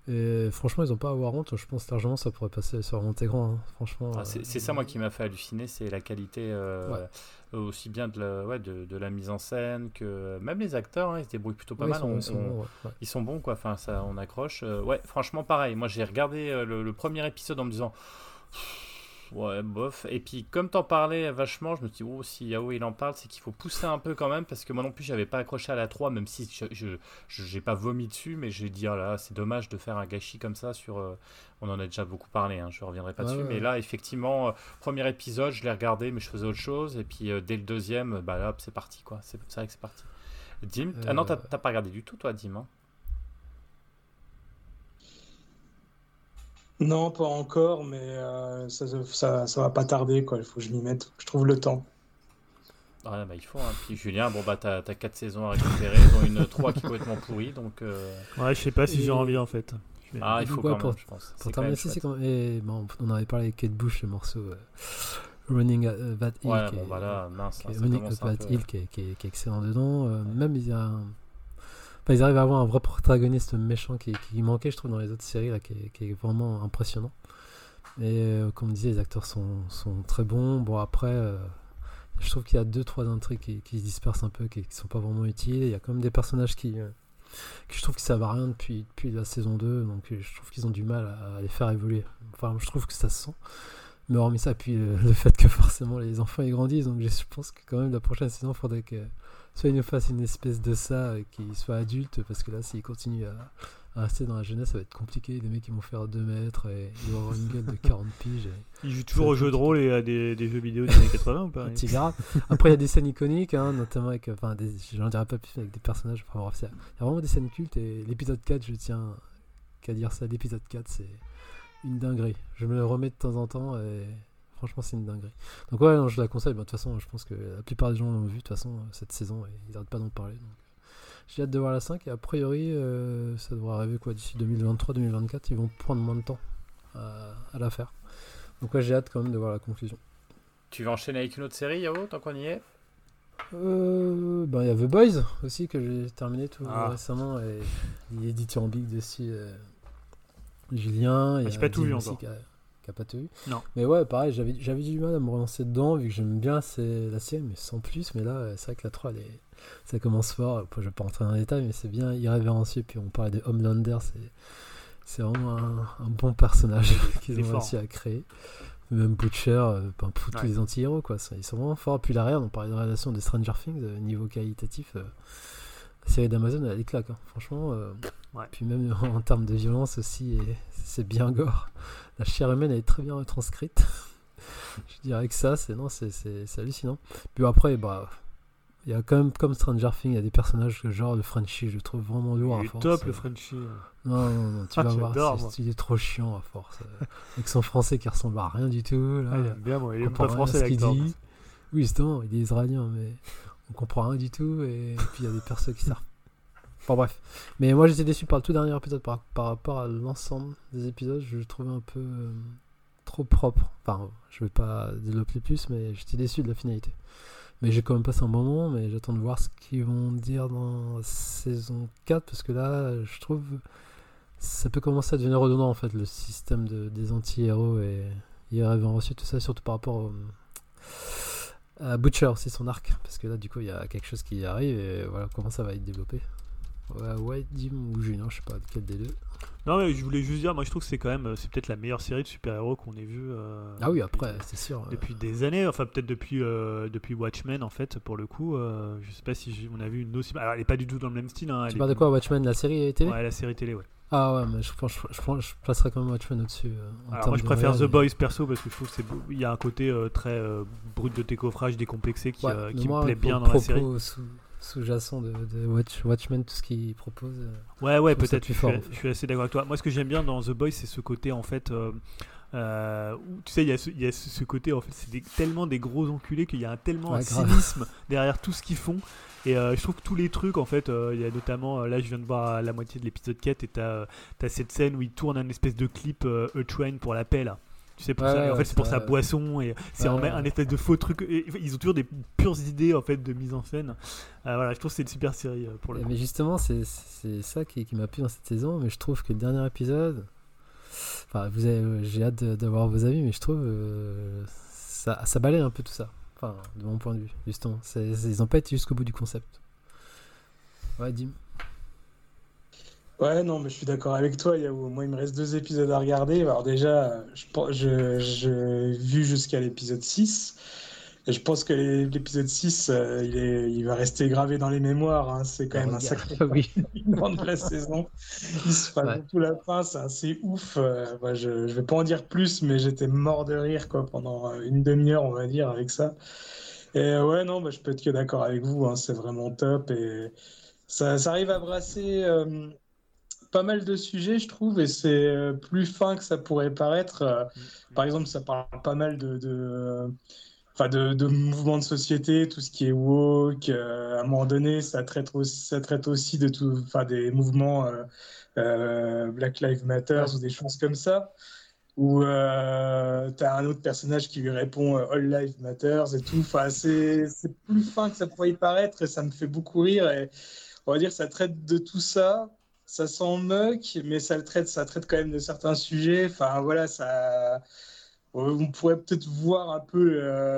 Et franchement, ils n'ont pas à avoir honte. Je pense largement ça pourrait passer sur Montégrand. Hein. Franchement, c'est ça moi qui m'a fait halluciner, c'est la qualité aussi bien de la mise en scène que même les acteurs, hein, ils se débrouillent plutôt pas mal. Ils sont bons quoi. Enfin, ça, on accroche. Franchement, pareil. Moi, j'ai regardé le premier épisode en me disant. Ouais, bof. Et puis, comme t'en parlais vachement, je me suis dit, si Yao il en parle, c'est qu'il faut pousser un peu quand même, parce que moi non plus, j'avais pas accroché à la 3, même si j'ai pas vomi dessus, mais j'ai dit, c'est dommage de faire un gâchis comme ça sur. On en a déjà beaucoup parlé, hein, je reviendrai pas dessus, mais là, effectivement, premier épisode, je l'ai regardé, mais je faisais autre chose, et puis dès le deuxième, là, hop, c'est parti, quoi. C'est vrai que c'est parti. Dim, non, t'as pas regardé du tout, toi, Dim, hein. Non, pas encore, mais ça va pas tarder, quoi. Il faut que je m'y mette, que je trouve le temps. Ouais, il faut. Hein. Puis Julien, t'as 4 saisons à récupérer, dont une 3 qui est complètement pourrie, donc. Ouais, je sais pas si j'ai envie en fait. Il faut quand même, je pense. Pour terminer, on avait parlé avec Kate Bush, le morceau Running That Hill. Ouais, là, mince. Running That Hill qui est excellent dedans. Même ils arrivent à avoir un vrai protagoniste méchant qui manquait, je trouve, dans les autres séries, là, qui est vraiment impressionnant. Et comme on disait, les acteurs sont très bons. Bon, après, je trouve qu'il y a 2-3 intrigues qui se dispersent un peu, qui sont pas vraiment utiles. Il y a quand même des personnages qui je trouve qu'ils servent à rien depuis la saison 2, donc je trouve qu'ils ont du mal à les faire évoluer. Enfin, je trouve que ça se sent. Mais hormis ça, puis le fait que forcément les enfants ils grandissent, donc je pense que quand même la prochaine saison, il faudrait que soit ils nous fassent une espèce de ça, qu'ils soient adultes, parce que là, s'ils continuent à rester dans la jeunesse, ça va être compliqué. Des mecs qui vont faire 2 mètres et ils vont avoir une gueule de 40 piges. Ils jouent toujours aux jeux de rôle et à des jeux vidéo des années 80 ou pas? Après, il y a des scènes iconiques, hein, notamment avec, j'en dirais pas plus, avec des personnages. Enfin, bref, il y a vraiment des scènes cultes, et l'épisode 4, je tiens qu'à dire ça, l'épisode 4, c'est une dinguerie. Je me le remets de temps en temps et franchement, c'est une dinguerie. Donc ouais, non, je la conseille. De toute façon, je pense que la plupart des gens l'ont vu de toute façon cette saison, et ils n'arrêtent pas d'en parler. Donc, j'ai hâte de voir la 5, et a priori, ça devrait arriver d'ici 2023-2024. Ils vont prendre moins de temps à la faire. Donc ouais, j'ai hâte quand même de voir la conclusion. Tu vas enchaîner avec une autre série, Yao, tant qu'on y est? Il y a The Boys aussi, que j'ai terminé tout récemment, et il est dithyrambique dessus. Julien, j'ai pas tout vu encore. Qui a pas tout vu. Non. Mais ouais, pareil, j'avais du mal à me relancer dedans, vu que j'aime bien la série, mais sans plus. Mais là, c'est vrai que la 3, ça commence fort. Je vais pas rentrer dans les détails, mais c'est bien irrévérencieux. Puis on parlait de Homelander, c'est vraiment un bon personnage qu'ils ont réussi à créer. Même Butcher, tous les anti-héros, quoi. Ils sont vraiment forts. Puis l'arrière, on parlait de réalisation de Stranger Things, niveau qualitatif. La série d'Amazon, elle claque, hein. Franchement. Puis même en termes de violence aussi, c'est bien gore. La chair humaine, elle est très bien retranscrite. Je dirais que ça, c'est hallucinant. Puis après, il y a quand même, comme Stranger Things, il y a des personnages genre le Frenchie, je le trouve vraiment lourd à force. Il est top, le Frenchie. Non, tu vas voir, il est trop chiant à force. Avec son français qui ressemble à rien du tout. Là, il aime bien, moi, il aime pas français l'acteur. Oui, justement, il est israélien, mais on comprend rien du tout, et puis il y a des personnes qui servent. Enfin bref. Mais moi j'étais déçu par le tout dernier épisode par rapport à l'ensemble des épisodes. Je le trouvais un peu trop propre. Enfin, je vais pas développer plus, mais j'étais déçu de la finalité. Mais j'ai quand même passé un bon moment, mais j'attends de voir ce qu'ils vont dire dans la saison 4, parce que là, je trouve ça peut commencer à devenir redondant en fait, le système des anti-héros, et il avait reçu tout ça, surtout par rapport à Butcher aussi, son arc, parce que là du coup il y a quelque chose qui arrive, et voilà comment ça va être développé. Ouais, Dim ou Julien, je sais pas lequel des deux. Non, mais je voulais juste dire, moi je trouve que c'est quand même, c'est peut-être la meilleure série de super-héros qu'on ait vue. Ah oui, après, c'est sûr. Depuis des années, enfin peut-être depuis Watchmen en fait, pour le coup. Je sais pas si on a vu une aussi. Alors elle est pas du tout dans le même style. Hein, tu parles de quoi, Watchmen, la série télé? Ouais, la série télé, ouais. Ah ouais, mais je placerais quand même Watchmen au-dessus. Alors moi je préfère The Boys perso, parce que je trouve qu'il y a un côté très brut de décoffrage, décomplexé qui me plaît bien dans la série. Sous-jacent de Watchmen, tout ce qu'il propose. Ouais, peut-être. Je suis assez d'accord avec toi. Moi, ce que j'aime bien dans The Boys, c'est ce côté en fait. Tu sais, il y a ce côté en fait, c'est tellement des gros enculés qu'il y a tellement un cynisme derrière tout ce qu'ils font. Et je trouve que tous les trucs, en fait, il y a notamment, là je viens de voir la moitié de l'épisode 4, et t'as cette scène où ils tournent un espèce de clip A-Train pour la paix, là. Tu Tu sais, pour ça. Et en fait, c'est pour sa boisson et c'est un espèce de faux truc. Et ils ont toujours des pures idées en fait de mise en scène. Voilà, je trouve que c'est une super série pour le coup. Mais justement, c'est ça qui m'a plu dans cette saison. Mais je trouve que le dernier épisode, enfin, j'ai hâte d'avoir vos avis, mais je trouve ça balaye un peu tout ça. Enfin, de mon point de vue, justement. Ils n'ont pas été jusqu'au bout du concept. Ouais, Dim. Ouais, non, mais je suis d'accord avec toi. Moi, il me reste 2 épisodes à regarder. Alors déjà, j'ai vu jusqu'à l'épisode 6. Et je pense que l'épisode 6, il va rester gravé dans les mémoires. Hein. C'est quand même un sacré moment de la saison. Il se passe tout la fin, c'est assez ouf. Je vais pas en dire plus, mais j'étais mort de rire quoi, pendant une demi-heure, on va dire, avec ça. Et ouais, non, je peux être que d'accord avec vous. Hein. C'est vraiment top. Et ça arrive à brasser pas mal de sujets, je trouve, et c'est plus fin que ça pourrait paraître. Par exemple, ça parle pas mal de mouvements de société, tout ce qui est woke. À un moment donné, ça traite aussi de tout, des mouvements Black Lives Matter ou des choses comme ça. Où t'as un autre personnage qui lui répond All Lives Matter et tout. C'est plus fin que ça pourrait y paraître et ça me fait beaucoup rire. Et on va dire ça traite de tout ça. Ça s'en moque, mais ça traite quand même de certains sujets. Enfin voilà, on pourrait peut-être voir un peu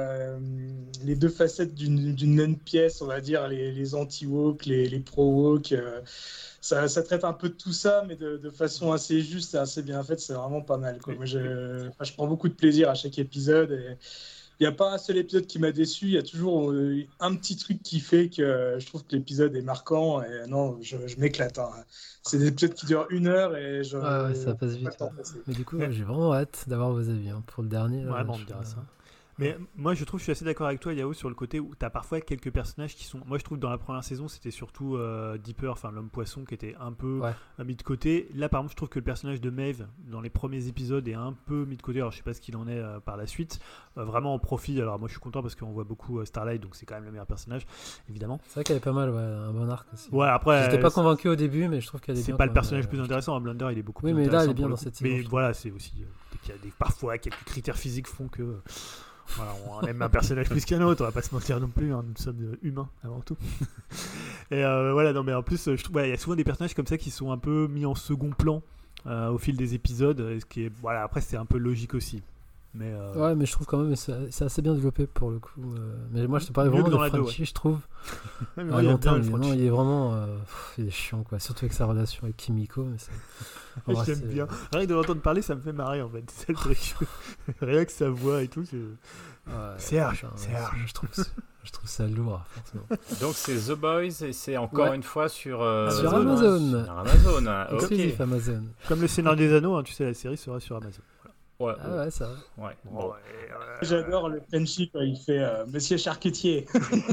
les 2 facettes d'une même pièce, on va dire, les anti-woke, les pro-woke. Ça traite un peu de tout ça, mais de façon assez juste et assez bien faite. C'est vraiment pas mal, quoi. Moi, je prends beaucoup de plaisir à chaque épisode. Et il n'y a pas un seul épisode qui m'a déçu. Il y a toujours un petit truc qui fait que je trouve que l'épisode est marquant. Et non, je m'éclate. Hein. C'est des épisodes qui durent 1 heure et ça passe vite. Mais du coup, j'ai vraiment hâte d'avoir vos avis pour le dernier. Ouais, on dira ça. Mais moi, je suis assez d'accord avec toi, Yao, sur le côté où tu as parfois quelques personnages qui sont. Moi, je trouve dans la première saison, c'était surtout Dipper, enfin l'homme poisson, qui était un peu mis de côté. Là, par exemple, je trouve que le personnage de Maeve, dans les premiers épisodes, est un peu mis de côté. Alors, je sais pas ce qu'il en est par la suite. Vraiment en profit. Alors, moi, je suis content parce qu'on voit beaucoup Starlight, donc c'est quand même le meilleur personnage, évidemment. C'est vrai qu'elle est pas mal, un bon arc aussi. Ouais, après. J'étais pas convaincu au début, mais je trouve qu'elle est bien. C'est pas le personnage le plus intéressant. Blunder, il est beaucoup plus intéressant. Oui, mais là, il est bien dans cette saison. Mais voilà, c'est aussi. qu'il y a parfois quelques critères physiques font que. Voilà, on aime un personnage plus qu'un autre, on va pas se mentir non plus, hein, nous sommes humains avant tout. Et voilà, non mais en plus, je trouve il y a souvent des personnages comme ça qui sont un peu mis en second plan au fil des épisodes, ce qui est, voilà, après c'est un peu logique aussi. Mais ouais, mais je trouve quand même c'est assez bien développé pour le coup. Mais moi je te parlais vraiment de Frenchie, je trouve. Il est vraiment il est chiant quoi, surtout avec sa relation avec Kimiko. Mais j'aime bien. Rien que de l'entendre parler, ça me fait marrer en fait. C'est le truc. Rien que sa voix et tout. Serge. Je trouve ça lourd. Forcément. Donc c'est The Boys et c'est encore une fois sur Amazon. Sur Amazon. Exclusif Amazon. Comme le Seigneur des Anneaux, hein, tu sais, la série sera sur Amazon. Ouais, ouais, ça va. Ouais. Bon. J'adore le Frenchie quand il fait Monsieur Charcutier.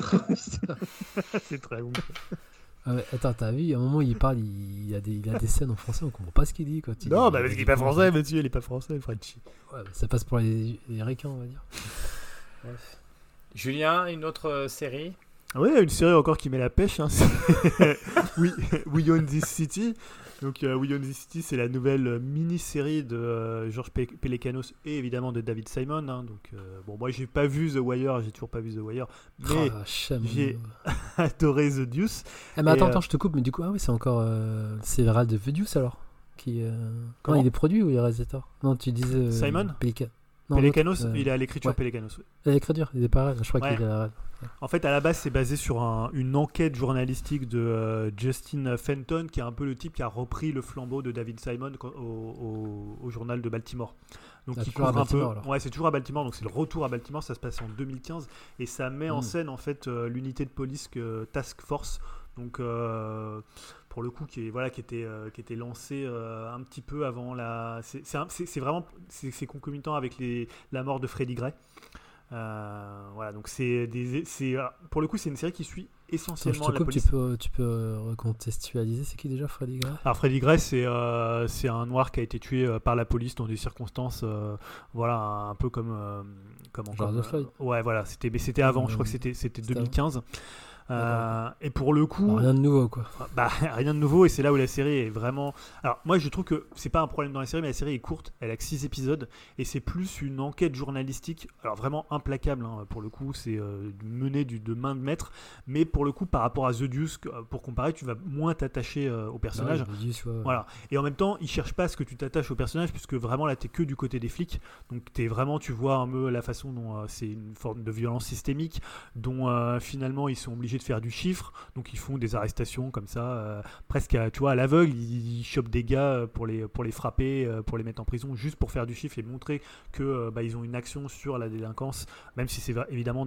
C'est très bon. Ah mais attends, t'as vu, à un moment il parle, il a des scènes en français, on comprend pas ce qu'il dit. Non, parce qu'il est pas français, monsieur, il est pas français, le Frenchie. Ouais, ça passe pour les ricains, on va dire. Bref. Julien, une autre série ? Oui, une série encore qui met la pêche. Hein. We Own This City. Donc, We Own This City, c'est la nouvelle mini-série de George Pelecanos et évidemment de David Simon. Hein. Donc, bon, moi, j'ai pas vu The Wire, j'ai toujours pas vu The Wire, mais j'ai adoré The Deuce. Mais attends, je te coupe, mais du coup, c'est encore. C'est le de The Deuce alors qui, quand il est produit ou il est réalisateur ? Non, tu disais. Simon Pelecanos, il est à l'écriture Pelecanos. Oui. À l'écriture, il est pareil, je crois qu'il est à la. En fait, à la base, c'est basé sur une enquête journalistique de Justin Fenton, qui est un peu le type qui a repris le flambeau de David Simon au journal de Baltimore. Donc, il couvre un peu. Ouais, c'est toujours à Baltimore. Donc, c'est le retour à Baltimore. Ça se passe en 2015 et ça met en scène en fait l'unité de police Task Force. Donc, pour le coup, qui était lancé un petit peu avant la. C'est concomitant avec la mort de Freddie Gray. Voilà, donc pour le coup c'est une série qui suit essentiellement la police. Tu peux recontextualiser, c'est qui déjà Freddie Gray ? Alors Freddie Gray c'est un noir qui a été tué par la police dans des circonstances voilà, un peu comme George Floyd. Ouais, voilà, c'était avant, je crois que c'était 2015. Et pour le coup, rien de nouveau quoi. Rien de nouveau, et c'est là où la série est vraiment. Alors moi je trouve que c'est pas un problème dans la série, mais la série est courte, elle a que 6 épisodes et c'est plus une enquête journalistique, alors vraiment implacable pour le coup, c'est mené de main de maître, mais pour le coup par rapport à The Deuce, pour comparer, tu vas moins t'attacher au personnage. Voilà. Et en même temps, ils cherchent pas à ce que tu t'attaches au personnage, puisque vraiment là t'es que du côté des flics, donc tu vois un peu la façon dont c'est une forme de violence systémique, dont finalement ils sont obligés de faire du chiffre, donc ils font des arrestations comme ça, presque à l'aveugle, ils chopent des gars pour les frapper, pour les mettre en prison, juste pour faire du chiffre et montrer que ils ont une action sur la délinquance, même si c'est évidemment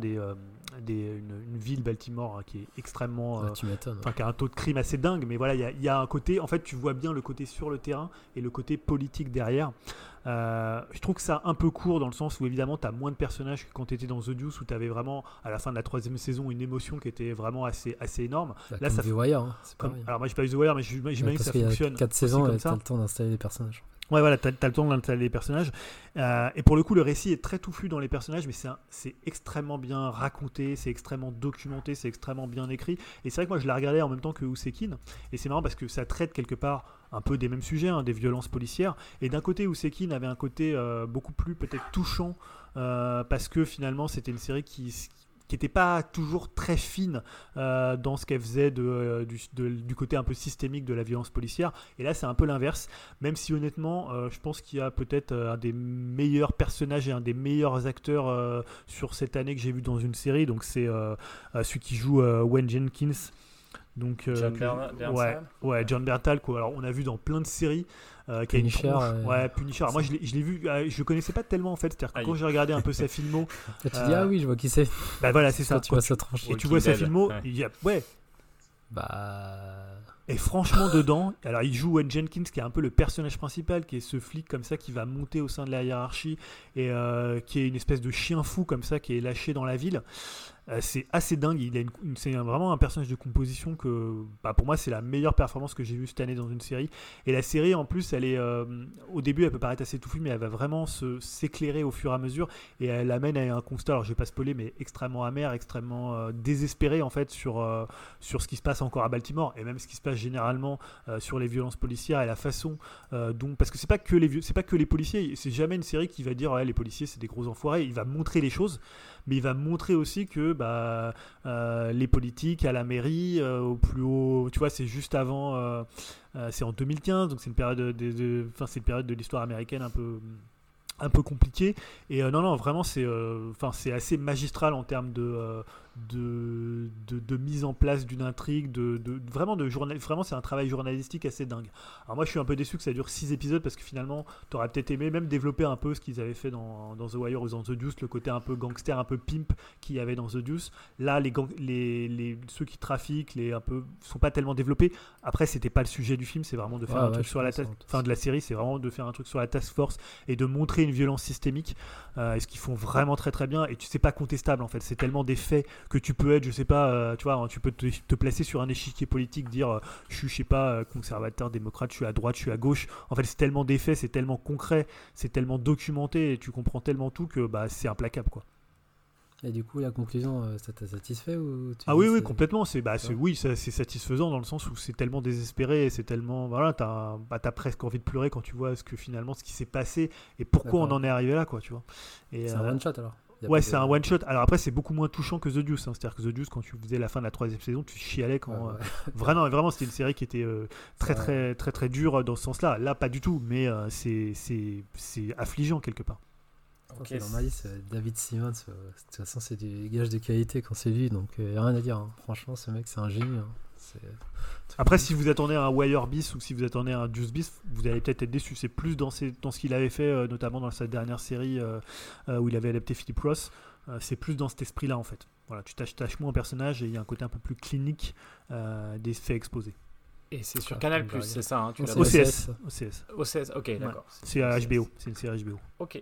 une ville, Baltimore, qui est extrêmement qui a un taux de crime assez dingue, mais voilà, il y a un côté, en fait tu vois bien le côté sur le terrain et le côté politique derrière. Je trouve que ça un peu court dans le sens où évidemment tu as moins de personnages que quand tu étais dans The Deuce, où tu avais vraiment à la fin de la 3e saison une émotion qui était vraiment assez énorme. Là ça fait The Wire, c'est pareil. Alors moi j'ai pas vu The Wire, mais j'imagine que ça fonctionne. 4 saisons et tu as le temps d'installer des personnages. Ouais, voilà, t'as le temps d'installer les personnages. Et pour le coup, le récit est très touffu dans les personnages, mais c'est extrêmement bien raconté, c'est extrêmement documenté, c'est extrêmement bien écrit. Et c'est vrai que moi, je la regardais en même temps que Ousekin. Et c'est marrant parce que ça traite quelque part un peu des mêmes sujets, des violences policières. Et d'un côté, Ousekin avait un côté beaucoup plus peut-être touchant, parce que finalement, c'était une série qui n'était pas toujours très fine dans ce qu'elle faisait du côté un peu systémique de la violence policière. Et là, c'est un peu l'inverse. Même si honnêtement, je pense qu'il y a peut-être un des meilleurs personnages et un des meilleurs acteurs sur cette année que j'ai vu dans une série. Donc c'est celui qui joue Wayne Jenkins. Donc, John Bernthal, quoi. Alors on a vu dans plein de séries. Punisher. Punisher. Alors, moi je l'ai vu, je le connaissais pas tellement en fait. C'est-à-dire que quand j'ai regardé un peu sa filmo, tu dis ah oui, je vois qui c'est. Bah voilà, c'est ça. Tu vois sa tranche. Et tu vois sa filmo, il y a Et franchement dedans, alors il joue Wayne Jenkins qui est un peu le personnage principal, qui est ce flic comme ça qui va monter au sein de la hiérarchie et qui est une espèce de chien fou comme ça qui est lâché dans la ville. C'est assez dingue, c'est vraiment un personnage de composition que pour moi c'est la meilleure performance que j'ai vue cette année dans une série. Et la série en plus elle est au début elle peut paraître assez touffue, mais elle va vraiment s'éclairer au fur et à mesure et elle amène à un constat, alors je vais pas spoiler, mais extrêmement amer, extrêmement désespéré en fait sur ce qui se passe encore à Baltimore et même ce qui se passe généralement sur les violences policières et la façon dont, parce que c'est pas que les policiers, c'est jamais une série qui va dire les policiers c'est des gros enfoirés, il va montrer les choses, mais il va montrer aussi que les politiques à la mairie, au plus haut, tu vois, c'est juste avant, c'est en 2015, donc c'est une période c'est une période de l'histoire américaine un peu compliquée. Et non, vraiment c'est assez magistral en termes de mise en place d'une intrigue, vraiment c'est un travail journalistique assez dingue. Alors moi je suis un peu déçu que ça dure 6 épisodes parce que finalement t'aurais peut-être aimé même développer un peu ce qu'ils avaient fait dans The Wire ou dans The Deuce, le côté un peu gangster, un peu pimp qu'il y avait dans The Deuce. Là ceux qui trafiquent sont pas tellement développés. Après c'était pas le sujet du film, c'est vraiment de faire un truc sur de la série, c'est vraiment de faire un truc sur la task force et de montrer une violence systémique, et ce qu'ils font vraiment très très bien. Et c'est pas contestable en fait, c'est tellement des faits que tu peux être, je sais pas, tu vois, tu peux te placer sur un échiquier politique, dire je sais pas, conservateur, démocrate, je suis à droite, je suis à gauche. En fait c'est tellement des faits, c'est tellement concret, c'est tellement documenté et tu comprends tellement tout que c'est implacable quoi. Et du coup la conclusion, ça t'a satisfait ou oui complètement, c'est satisfaisant dans le sens où c'est tellement désespéré et c'est tellement t'as presque envie de pleurer quand tu vois ce qui s'est passé et pourquoi on en est arrivé là quoi, tu vois. Et c'est un one shot alors. C'est un one shot. Alors après c'est beaucoup moins touchant que The Deuce, c'est-à-dire que The Deuce quand tu faisais la fin de la 3e saison tu chialais quand vraiment c'était une série qui était très très très très dure dans ce sens-là. Là pas du tout, mais c'est affligeant quelque part. Okay. C'est normal, David Simmons, de toute façon c'est des gages de qualité quand c'est lui, donc rien à dire, franchement ce mec c'est un génie. Après si vous attendez un Wire bis ou si vous attendez un Deuce bis, vous allez peut-être être déçu. C'est plus dans ce qu'il avait fait, notamment dans sa dernière série où il avait adapté Philip Ross, c'est plus dans cet esprit là en fait. Voilà, tu t'attaches moins au personnage et il y a un côté un peu plus clinique des faits exposés. Et c'est sur Canal+, c'est ça hein, OCS, ok, d'accord. C'est à HBO, c'est une série HBO. Ok,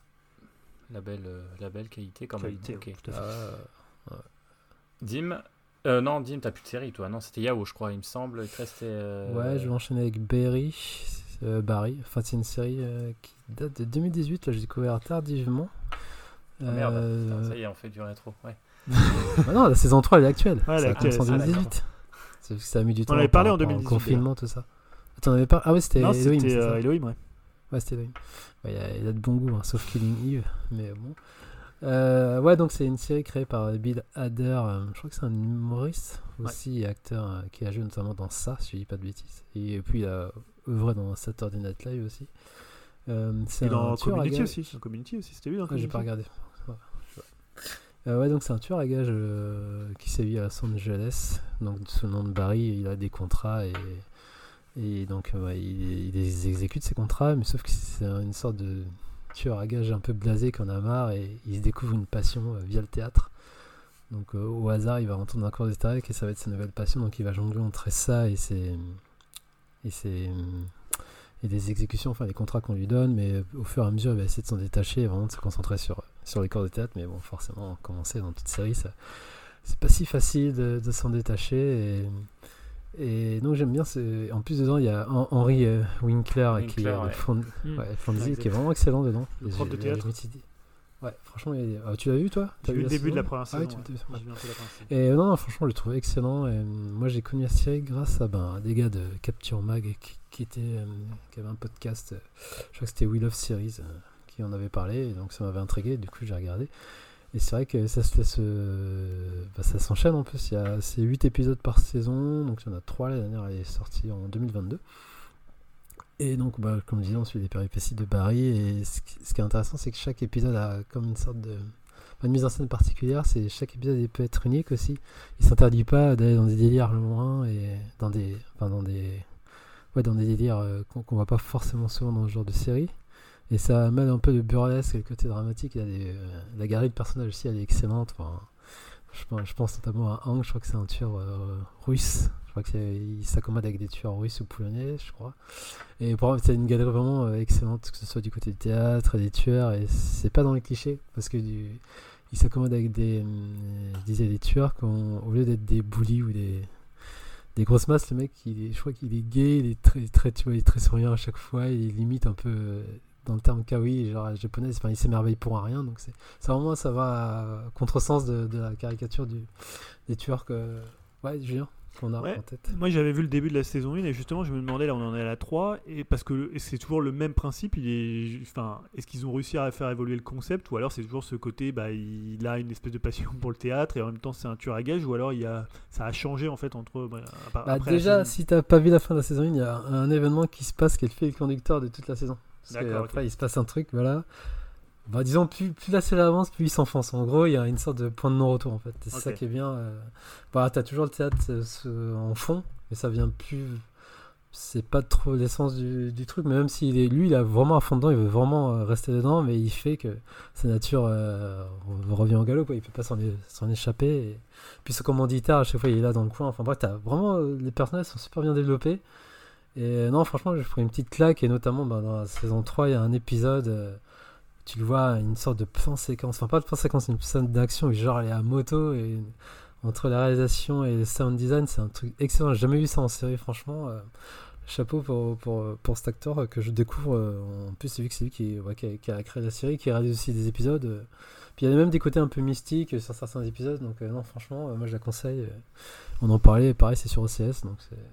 la belle qualité quand même. Okay. Tout à fait. Dim, t'as plus de série toi, non, c'était Yahoo je crois, il me semble, il te restait... Ouais, je vais enchaîner avec Barry, enfin c'est une série qui date de 2018, là j'ai découvert tardivement. Merde, ça y est, on fait du rétro, ouais. Ah non, la saison 3 elle est actuelle. Ouais, ça a commencé en ça, 2018. Ça a mis du temps. On avait parlé en par 2018. Le confinement, tout ça. Attends, on avait pas. Ah ouais, c'était Non, Elohim. c'était c'est ça Elohim, ouais. Ouais, c'était Elohim. Il a de bon goût, hein, sauf Killing Eve, mais bon. Ouais, donc c'est une série créée par Bill Hader. Je crois que c'est un humoriste aussi, et acteur qui a joué notamment dans ça, si je dis pas de bêtises. Et puis il a œuvré dans Saturday Night Live aussi. C'est dans Community aussi. Dans Community aussi, c'était lui dans Community. J'ai pas regardé. Ouais, donc c'est un tueur à gages qui sévit à Los Angeles. Donc sous le nom de Barry, il a des contrats et donc il exécute ses contrats, mais sauf que c'est une sorte de tueur à gages un peu blasé qu'on a marre et il se découvre une passion via le théâtre. Donc au hasard, il va rentrer dans un cours de théâtre et ça va être sa nouvelle passion. Donc il va jongler entre ça et des exécutions, enfin les contrats qu'on lui donne, mais au fur et à mesure il va essayer de s'en détacher et vraiment de se concentrer sur les cours de théâtre. Mais bon, forcément, commencer dans toute série, c'est pas si facile de s'en détacher et donc j'aime bien. En plus dedans il y a Henry Winkler qui est Fonzie, qui est vraiment excellent dedans. Le prof de théâtre. Ouais, franchement, tu l'as vu toi? J'ai vu le début de la première saison. Et non, franchement, je le trouve excellent. Et moi, j'ai connu la série grâce à des gars de Capture Mag qui avaient un podcast. Je crois que c'était We Love Series qui en avait parlé. Et donc, ça m'avait intrigué. Du coup, j'ai regardé. Et c'est vrai que ça se laisse. Ça s'enchaîne en plus. C'est 8 épisodes par saison. Donc, il y en a 3. La dernière, elle est sortie en 2022. Et donc, comme je disais, on suit les péripéties de Barry. Et ce qui est intéressant, c'est que chaque épisode a comme une sorte de mise en scène particulière. Chaque épisode peut être unique aussi. Il s'interdit pas d'aller dans des délires loin et dans des délires qu'on voit pas forcément souvent dans ce genre de série. Et ça mêle un peu de burlesque et le côté dramatique. La galerie de personnages aussi, elle est excellente. Enfin, je pense notamment à Hank. Je crois que c'est un tueur russe. Je crois qu'il s'accommode avec des tueurs russes ou polonais, je crois. Et pour moi, c'est une galerie vraiment excellente, que ce soit du côté du théâtre, des tueurs, et c'est pas dans les clichés, parce que il s'accommode avec des tueurs au lieu d'être des bullies ou des grosses masses. Le mec, je crois qu'il est gay, il est très souriant à chaque fois, il limite un peu dans le terme kawaii, genre japonais, il s'émerveille pour un rien, donc ça vraiment, ça va à contresens de la caricature des tueurs Julien, qu'on a en tête. Moi j'avais vu le début de la saison 1 et justement je me demandais, là on en est à la 3, et parce que c'est toujours le même principe, est-ce qu'ils ont réussi à faire évoluer le concept, ou alors c'est toujours ce côté, il a une espèce de passion pour le théâtre et en même temps c'est un tueur à gages, ou alors ça a changé en fait entre... après déjà, si t'as pas vu la fin de la saison 1, il y a un événement qui se passe qui est le fil conducteur de toute la saison. Parce qu'après il se passe un truc, voilà. Disons, plus la série avance, plus il s'enfonce. En gros, il y a une sorte de point de non-retour en fait. C'est ça qui est bien. T'as toujours le théâtre en fond, mais ça vient plus. C'est pas trop l'essence du truc, mais même s'il il a vraiment à fond dedans, il veut vraiment rester dedans, mais il fait que sa nature revient au galop, quoi. Il peut pas s'en échapper. Et puis ce commanditaire, à chaque fois, il est là dans le coin. Enfin bref, les personnages sont super bien développés. Et non, franchement, je ferai une petite claque, et notamment dans la saison 3, il y a un épisode. Tu le vois, une sorte de plan séquence, enfin pas de plan séquence, une scène d'action où genre elle est à moto, et entre la réalisation et le sound design, c'est un truc excellent. J'ai jamais vu ça en série, franchement. Chapeau pour cet acteur que je découvre. En plus, c'est lui qui a créé la série, qui réalise aussi des épisodes. Puis il y a même des côtés un peu mystiques sur certains épisodes, donc non, franchement, moi je la conseille. On en parlait, pareil, c'est sur OCS, donc c'est.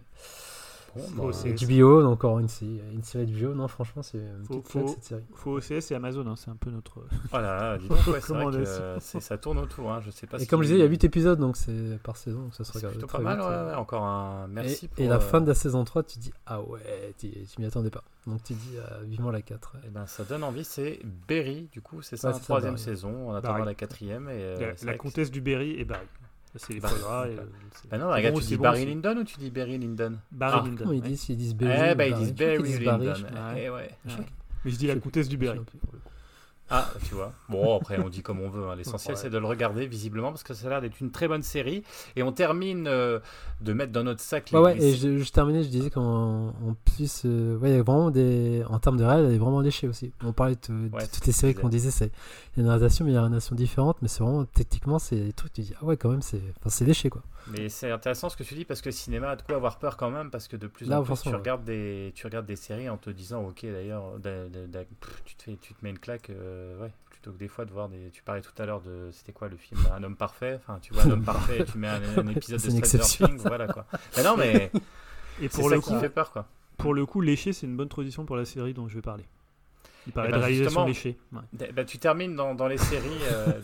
HBO, encore une série de bio. Non, franchement, c'est une petite claque, cette série. Faut OCS et Amazon, hein, c'est un peu notre. Voilà, dis donc, c'est vrai que ça tourne autour. Hein, je sais pas. Et comme je disais, il y a 8 épisodes, donc c'est par saison, donc ça se regarde. C'est plutôt pas mal, ouais. Encore un merci. Et la fin de la saison 3, tu dis ah ouais, tu m'y attendais pas. Donc tu dis vivement la 4. Et ça donne envie. C'est Berry, du coup, c'est ça, la 3e saison. On attendant la 4e. La comtesse du Berry et Barry. C'est les programmes. Non, regarde, tu dis Barry Lyndon ou tu dis Berry Lyndon? Barry Lyndon. Comment ils disent Berry? Ils disent Berry Lyndon. Mais je dis la comtesse du Berry. Ah, tu vois. Bon, après, on dit comme on veut. Hein. L'essentiel, c'est de le regarder visiblement parce que ça a l'air d'être une très bonne série. Et on termine de mettre dans notre sac les. Et je terminais, je disais qu'en plus, il y a vraiment en termes de réel, elle est vraiment léchée aussi. On parlait de toutes les séries qu'on disait, c'est une narration, mais il y a une narration différente. Mais c'est vraiment, techniquement, c'est des trucs, tu dis, ah ouais, quand même, c'est léché, quoi. Mais c'est intéressant ce que tu dis parce que le cinéma a de quoi avoir peur quand même parce que de plus en plus tu regardes des séries en te disant ok d'ailleurs tu te mets une claque plutôt que des fois de voir des. Tu parlais tout à l'heure de. C'était quoi le film Un homme parfait. Enfin, tu vois un homme parfait et tu mets un épisode de Stranger Things, voilà quoi. Mais non, mais. Et c'est ça qui fait peur, quoi. Pour le coup, Léché, c'est une bonne transition pour la série dont je vais parler. Il parlait de réalisation léchée. Ouais. Tu termines dans les séries.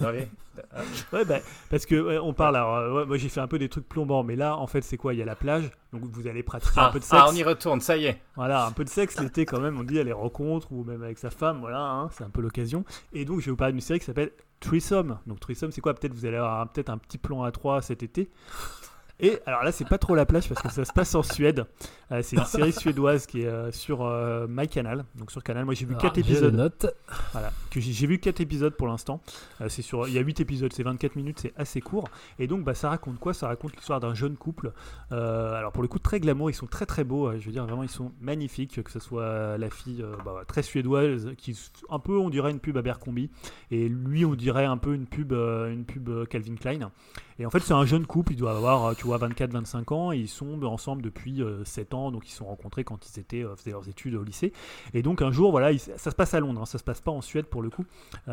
Parce que on parle. Alors, moi, j'ai fait un peu des trucs plombants, mais là, en fait, c'est quoi ? Il y a la plage, donc vous allez pratiquer un peu de sexe. On y retourne, ça y est. Voilà, un peu de sexe l'été quand même. On dit à les rencontres ou même avec sa femme, voilà, c'est un peu l'occasion. Et donc, je vais vous parler d'une série qui s'appelle Threesome. Donc, Threesome, c'est quoi ? Peut-être vous allez avoir peut-être un petit plan à 3 cet été. Et alors là, c'est pas trop la plage parce que ça se passe en Suède. C'est une série suédoise qui est sur MyCanal. Donc sur Canal, moi j'ai vu 4 épisodes. Voilà, que j'ai vu 4 épisodes pour l'instant. Il y a 8 épisodes, c'est 24 minutes, c'est assez court. Et donc ça raconte quoi ? Ça raconte l'histoire d'un jeune couple. Alors pour le coup, très glamour, ils sont très très beaux. Je veux dire, vraiment, ils sont magnifiques. Que ce soit la fille très suédoise, qui un peu, on dirait une pub Abercrombie. Et lui, on dirait un peu une pub Calvin Klein. Et en fait, c'est un jeune couple, il doit avoir, 24-25 ans, et ils sont ensemble depuis 7 ans, donc ils se sont rencontrés quand ils faisaient leurs études au lycée. Et donc un jour, voilà, ça se passe à Londres, ça se passe pas en Suède pour le coup,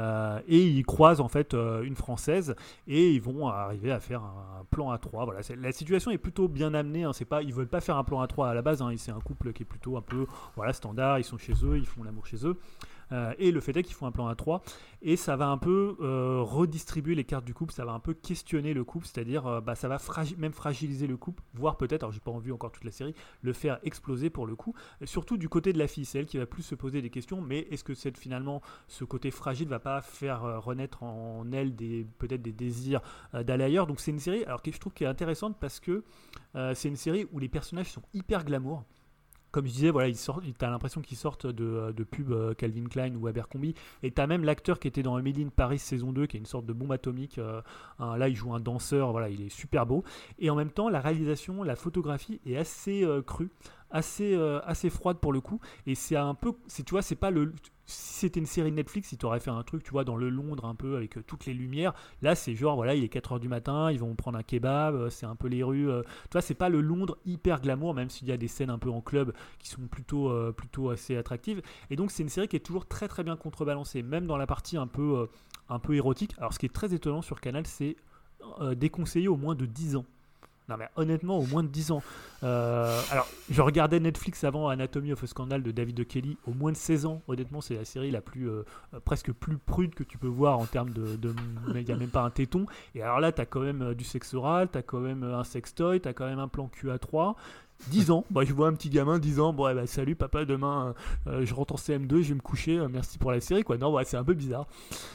et ils croisent en fait une Française, et ils vont arriver à faire un plan à 3. Voilà, la situation est plutôt bien amenée, hein, ils veulent pas faire un plan à 3 à la base, hein, c'est un couple qui est plutôt un peu standard, ils sont chez eux, ils font l'amour chez eux. Et le fait est qu'ils font un plan à 3 et ça va un peu redistribuer les cartes du couple, ça va un peu questionner le couple, c'est-à-dire ça va même fragiliser le couple, voire peut-être, alors j'ai pas vu encore toute la série, le faire exploser pour le coup, et surtout du côté de la fille, c'est elle qui va plus se poser des questions, mais est-ce que finalement ce côté fragile va pas faire renaître en elle peut-être des désirs d'aller ailleurs. Donc c'est une série alors que je trouve qui est intéressante parce que c'est une série où les personnages sont hyper glamour. Comme je disais, voilà, t'as l'impression qu'ils sortent de pub Calvin Klein ou Abercrombie. Et t'as même l'acteur qui était dans Emily in Paris saison 2, qui est une sorte de bombe atomique. Là, il joue un danseur, voilà, il est super beau. Et en même temps, la réalisation, la photographie est assez crue, assez froide pour le coup. Et c'est un peu, tu vois, c'est pas le... Si c'était une série Netflix, ils t'auraient fait un truc, tu vois, dans le Londres un peu avec toutes les lumières. Là, c'est genre, voilà, il est 4h du matin, ils vont prendre un kebab, c'est un peu les rues. Tu vois, c'est pas le Londres hyper glamour, même s'il y a des scènes un peu en club qui sont plutôt assez attractives. Et donc, c'est une série qui est toujours très très bien contrebalancée, même dans la partie un peu érotique. Alors, ce qui est très étonnant sur Canal, c'est déconseillé au moins de 10 ans. Non mais honnêtement, au moins de 10 ans. Alors, je regardais Netflix avant Anatomy of a Scandal de David de Kelly, au moins de 16 ans. Honnêtement, c'est la série la plus presque plus prude que tu peux voir en termes de il n'y a même pas un téton. Et alors là, tu as quand même du sexe oral, tu as quand même un sextoy, tu as quand même un plan cul à 3. 10 ans, je vois un petit gamin 10 ans, salut papa, demain je rentre en CM2, je vais me coucher, merci pour la série quoi. Non, c'est un peu bizarre.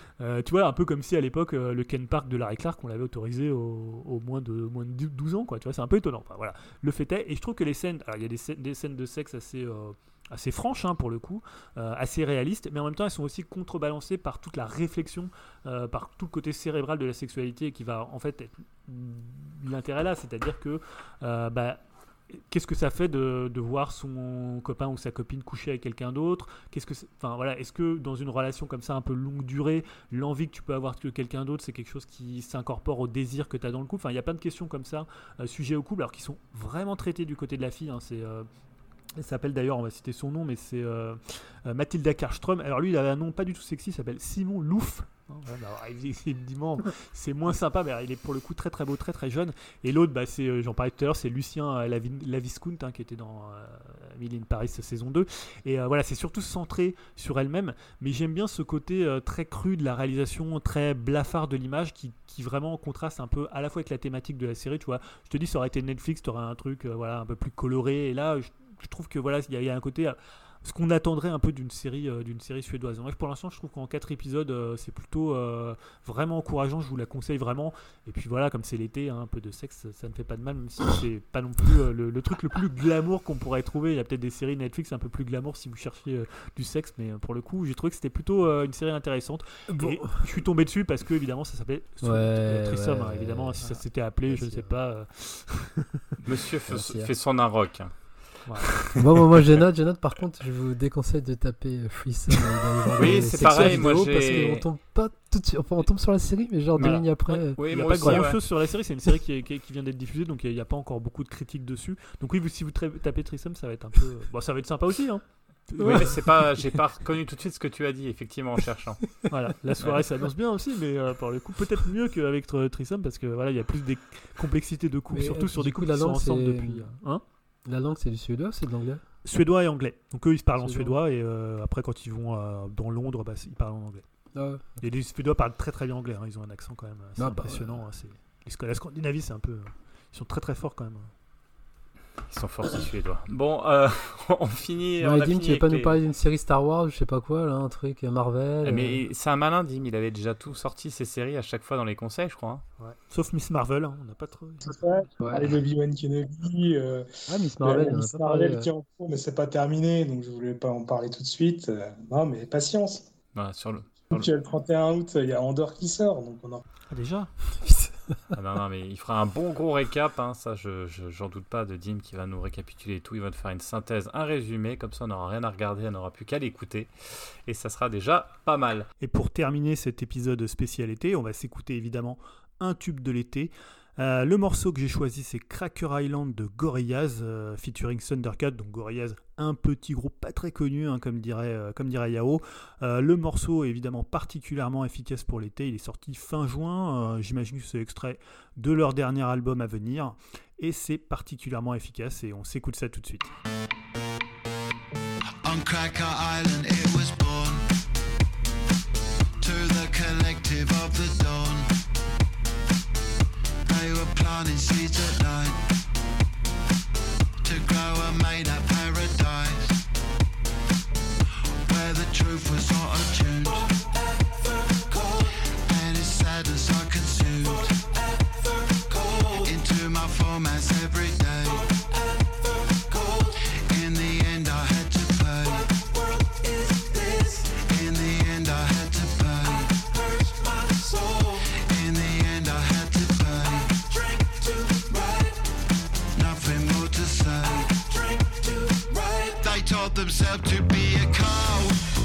Tu vois, un peu comme si à l'époque le Ken Park de Larry Clark, on l'avait autorisé au moins de 12 ans quoi. Tu vois, c'est un peu étonnant. Enfin, voilà, le fait est, et je trouve que les scènes, alors il y a des scènes de sexe assez franches hein, pour le coup, assez réalistes, mais en même temps elles sont aussi contrebalancées par toute la réflexion, par tout le côté cérébral de la sexualité qui va en fait être l'intérêt là, c'est-à-dire que qu'est-ce que ça fait de voir son copain ou sa copine coucher avec quelqu'un d'autre ? Est-ce que dans une relation comme ça un peu longue durée, l'envie que tu peux avoir de quelqu'un d'autre, c'est quelque chose qui s'incorpore au désir que tu as dans le couple ? Enfin, il y a plein de questions comme ça, sujets au couple, alors qui sont vraiment traitées du côté de la fille. Hein, elle s'appelle d'ailleurs, on va citer son nom, mais c'est Mathilda Karlström. Alors lui, il avait un nom pas du tout sexy, il s'appelle Simon Louf. Évidemment, c'est moins sympa, mais il est pour le coup très très beau, très très jeune. Et l'autre, j'en parlais tout à l'heure, c'est Lucien Laviscount qui était dans Emily in Paris saison 2. Et voilà, c'est surtout centré sur elle-même, mais j'aime bien ce côté très cru de la réalisation, très blafard de l'image qui vraiment contraste un peu à la fois avec la thématique de la série. Tu vois, je te dis, ça aurait été Netflix, tu aurais un truc un peu plus coloré. Et là, je trouve que voilà, il y a un côté ce qu'on attendrait un peu d'une série suédoise. Bref, pour l'instant, je trouve qu'en 4 épisodes, c'est plutôt vraiment encourageant. Je vous la conseille vraiment. Et puis voilà, comme c'est l'été, un peu de sexe, ça ne fait pas de mal, même si c'est pas non plus le truc le plus glamour qu'on pourrait trouver. Il y a peut-être des séries Netflix un peu plus glamour si vous cherchez du sexe, mais pour le coup, j'ai trouvé que c'était plutôt une série intéressante. Bon. Et je suis tombé dessus parce que évidemment, ça s'appelait Threesome. Hein, évidemment, si ça s'était appelé, je ne sais pas. Monsieur fait son Inrock. Ouais. Moi je note, par contre je vous déconseille de taper Threesome. Oui, c'est pareil, moi j'ai... Parce qu'on tombe pas tout de suite, on tombe sur la série, mais genre 2 lignes après. Oui, il n'y a pas grand chose sur la série, c'est une série qui vient d'être diffusée, donc il n'y a pas encore beaucoup de critiques dessus. Donc oui, si vous tapez Threesome, ça va être un peu... ça va être sympa aussi, hein. Oui, mais c'est pas, j'ai pas reconnu tout de suite ce que tu as dit, effectivement, en cherchant. Voilà, la soirée s'annonce bien aussi, mais pour le coup, peut-être mieux qu'avec Threesome, parce que voilà, il y a plus des complexités de coups, surtout sur des coups qui sont ensemble depuis. Hein, la langue, c'est du suédois ou c'est de l'anglais? Suédois et anglais. Donc eux, ils se parlent en suédois, et après, quand ils vont dans Londres, ils parlent en anglais. Ah ouais. Et les Suédois parlent très très bien anglais, hein, ils ont un accent quand même assez impressionnant. Ouais. La Scandinavie, c'est un peu. Ils sont très très forts quand même. Ils sont forts, ces Suédois. Bon, on finit. Ouais, Dim, tu veux pas nous parler d'une série Star Wars, je sais pas quoi, là, un truc Marvel Mais c'est un malin, Dim, il avait déjà tout sorti ses séries à chaque fois dans les conseils, je crois. Hein. Ouais. Sauf Miss Marvel, hein, on n'a pas trop. C'est ça, parler de Obi-Wan Kenobi. Miss Marvel, Miss Marvel qui est en cours, mais c'est pas terminé, donc je voulais pas en parler tout de suite. Non, mais patience. Voilà, sur le... Le 31 août, il y a Andor qui sort, donc on en... déjà non, mais il fera un bon gros récap, hein, ça j'en doute pas, de Dim qui va nous récapituler tout, il va nous faire une synthèse, un résumé, comme ça on n'aura rien à regarder, on n'aura plus qu'à l'écouter, et ça sera déjà pas mal. Et pour terminer cet épisode spécial été, on va s'écouter évidemment un tube de l'été. Le morceau que j'ai choisi, c'est Cracker Island de Gorillaz, featuring Thundercat. Donc Gorillaz, un petit groupe pas très connu, hein, comme dirait Yao. Le morceau est évidemment particulièrement efficace pour l'été. Il est sorti fin juin. J'imagine que c'est extrait de leur dernier album à venir. Et c'est particulièrement efficace. Et on s'écoute ça tout de suite. On Cracker Island it was born, to the collective of the dawn. They were planting seeds at night to grow a made-up paradise where the truth was auto-tuned and its sadness I consumed into my formats every day. In the end I had to pay. In the end I had to pay. In the end I had to pay. Nothing more to say. They taught themselves to be a cow.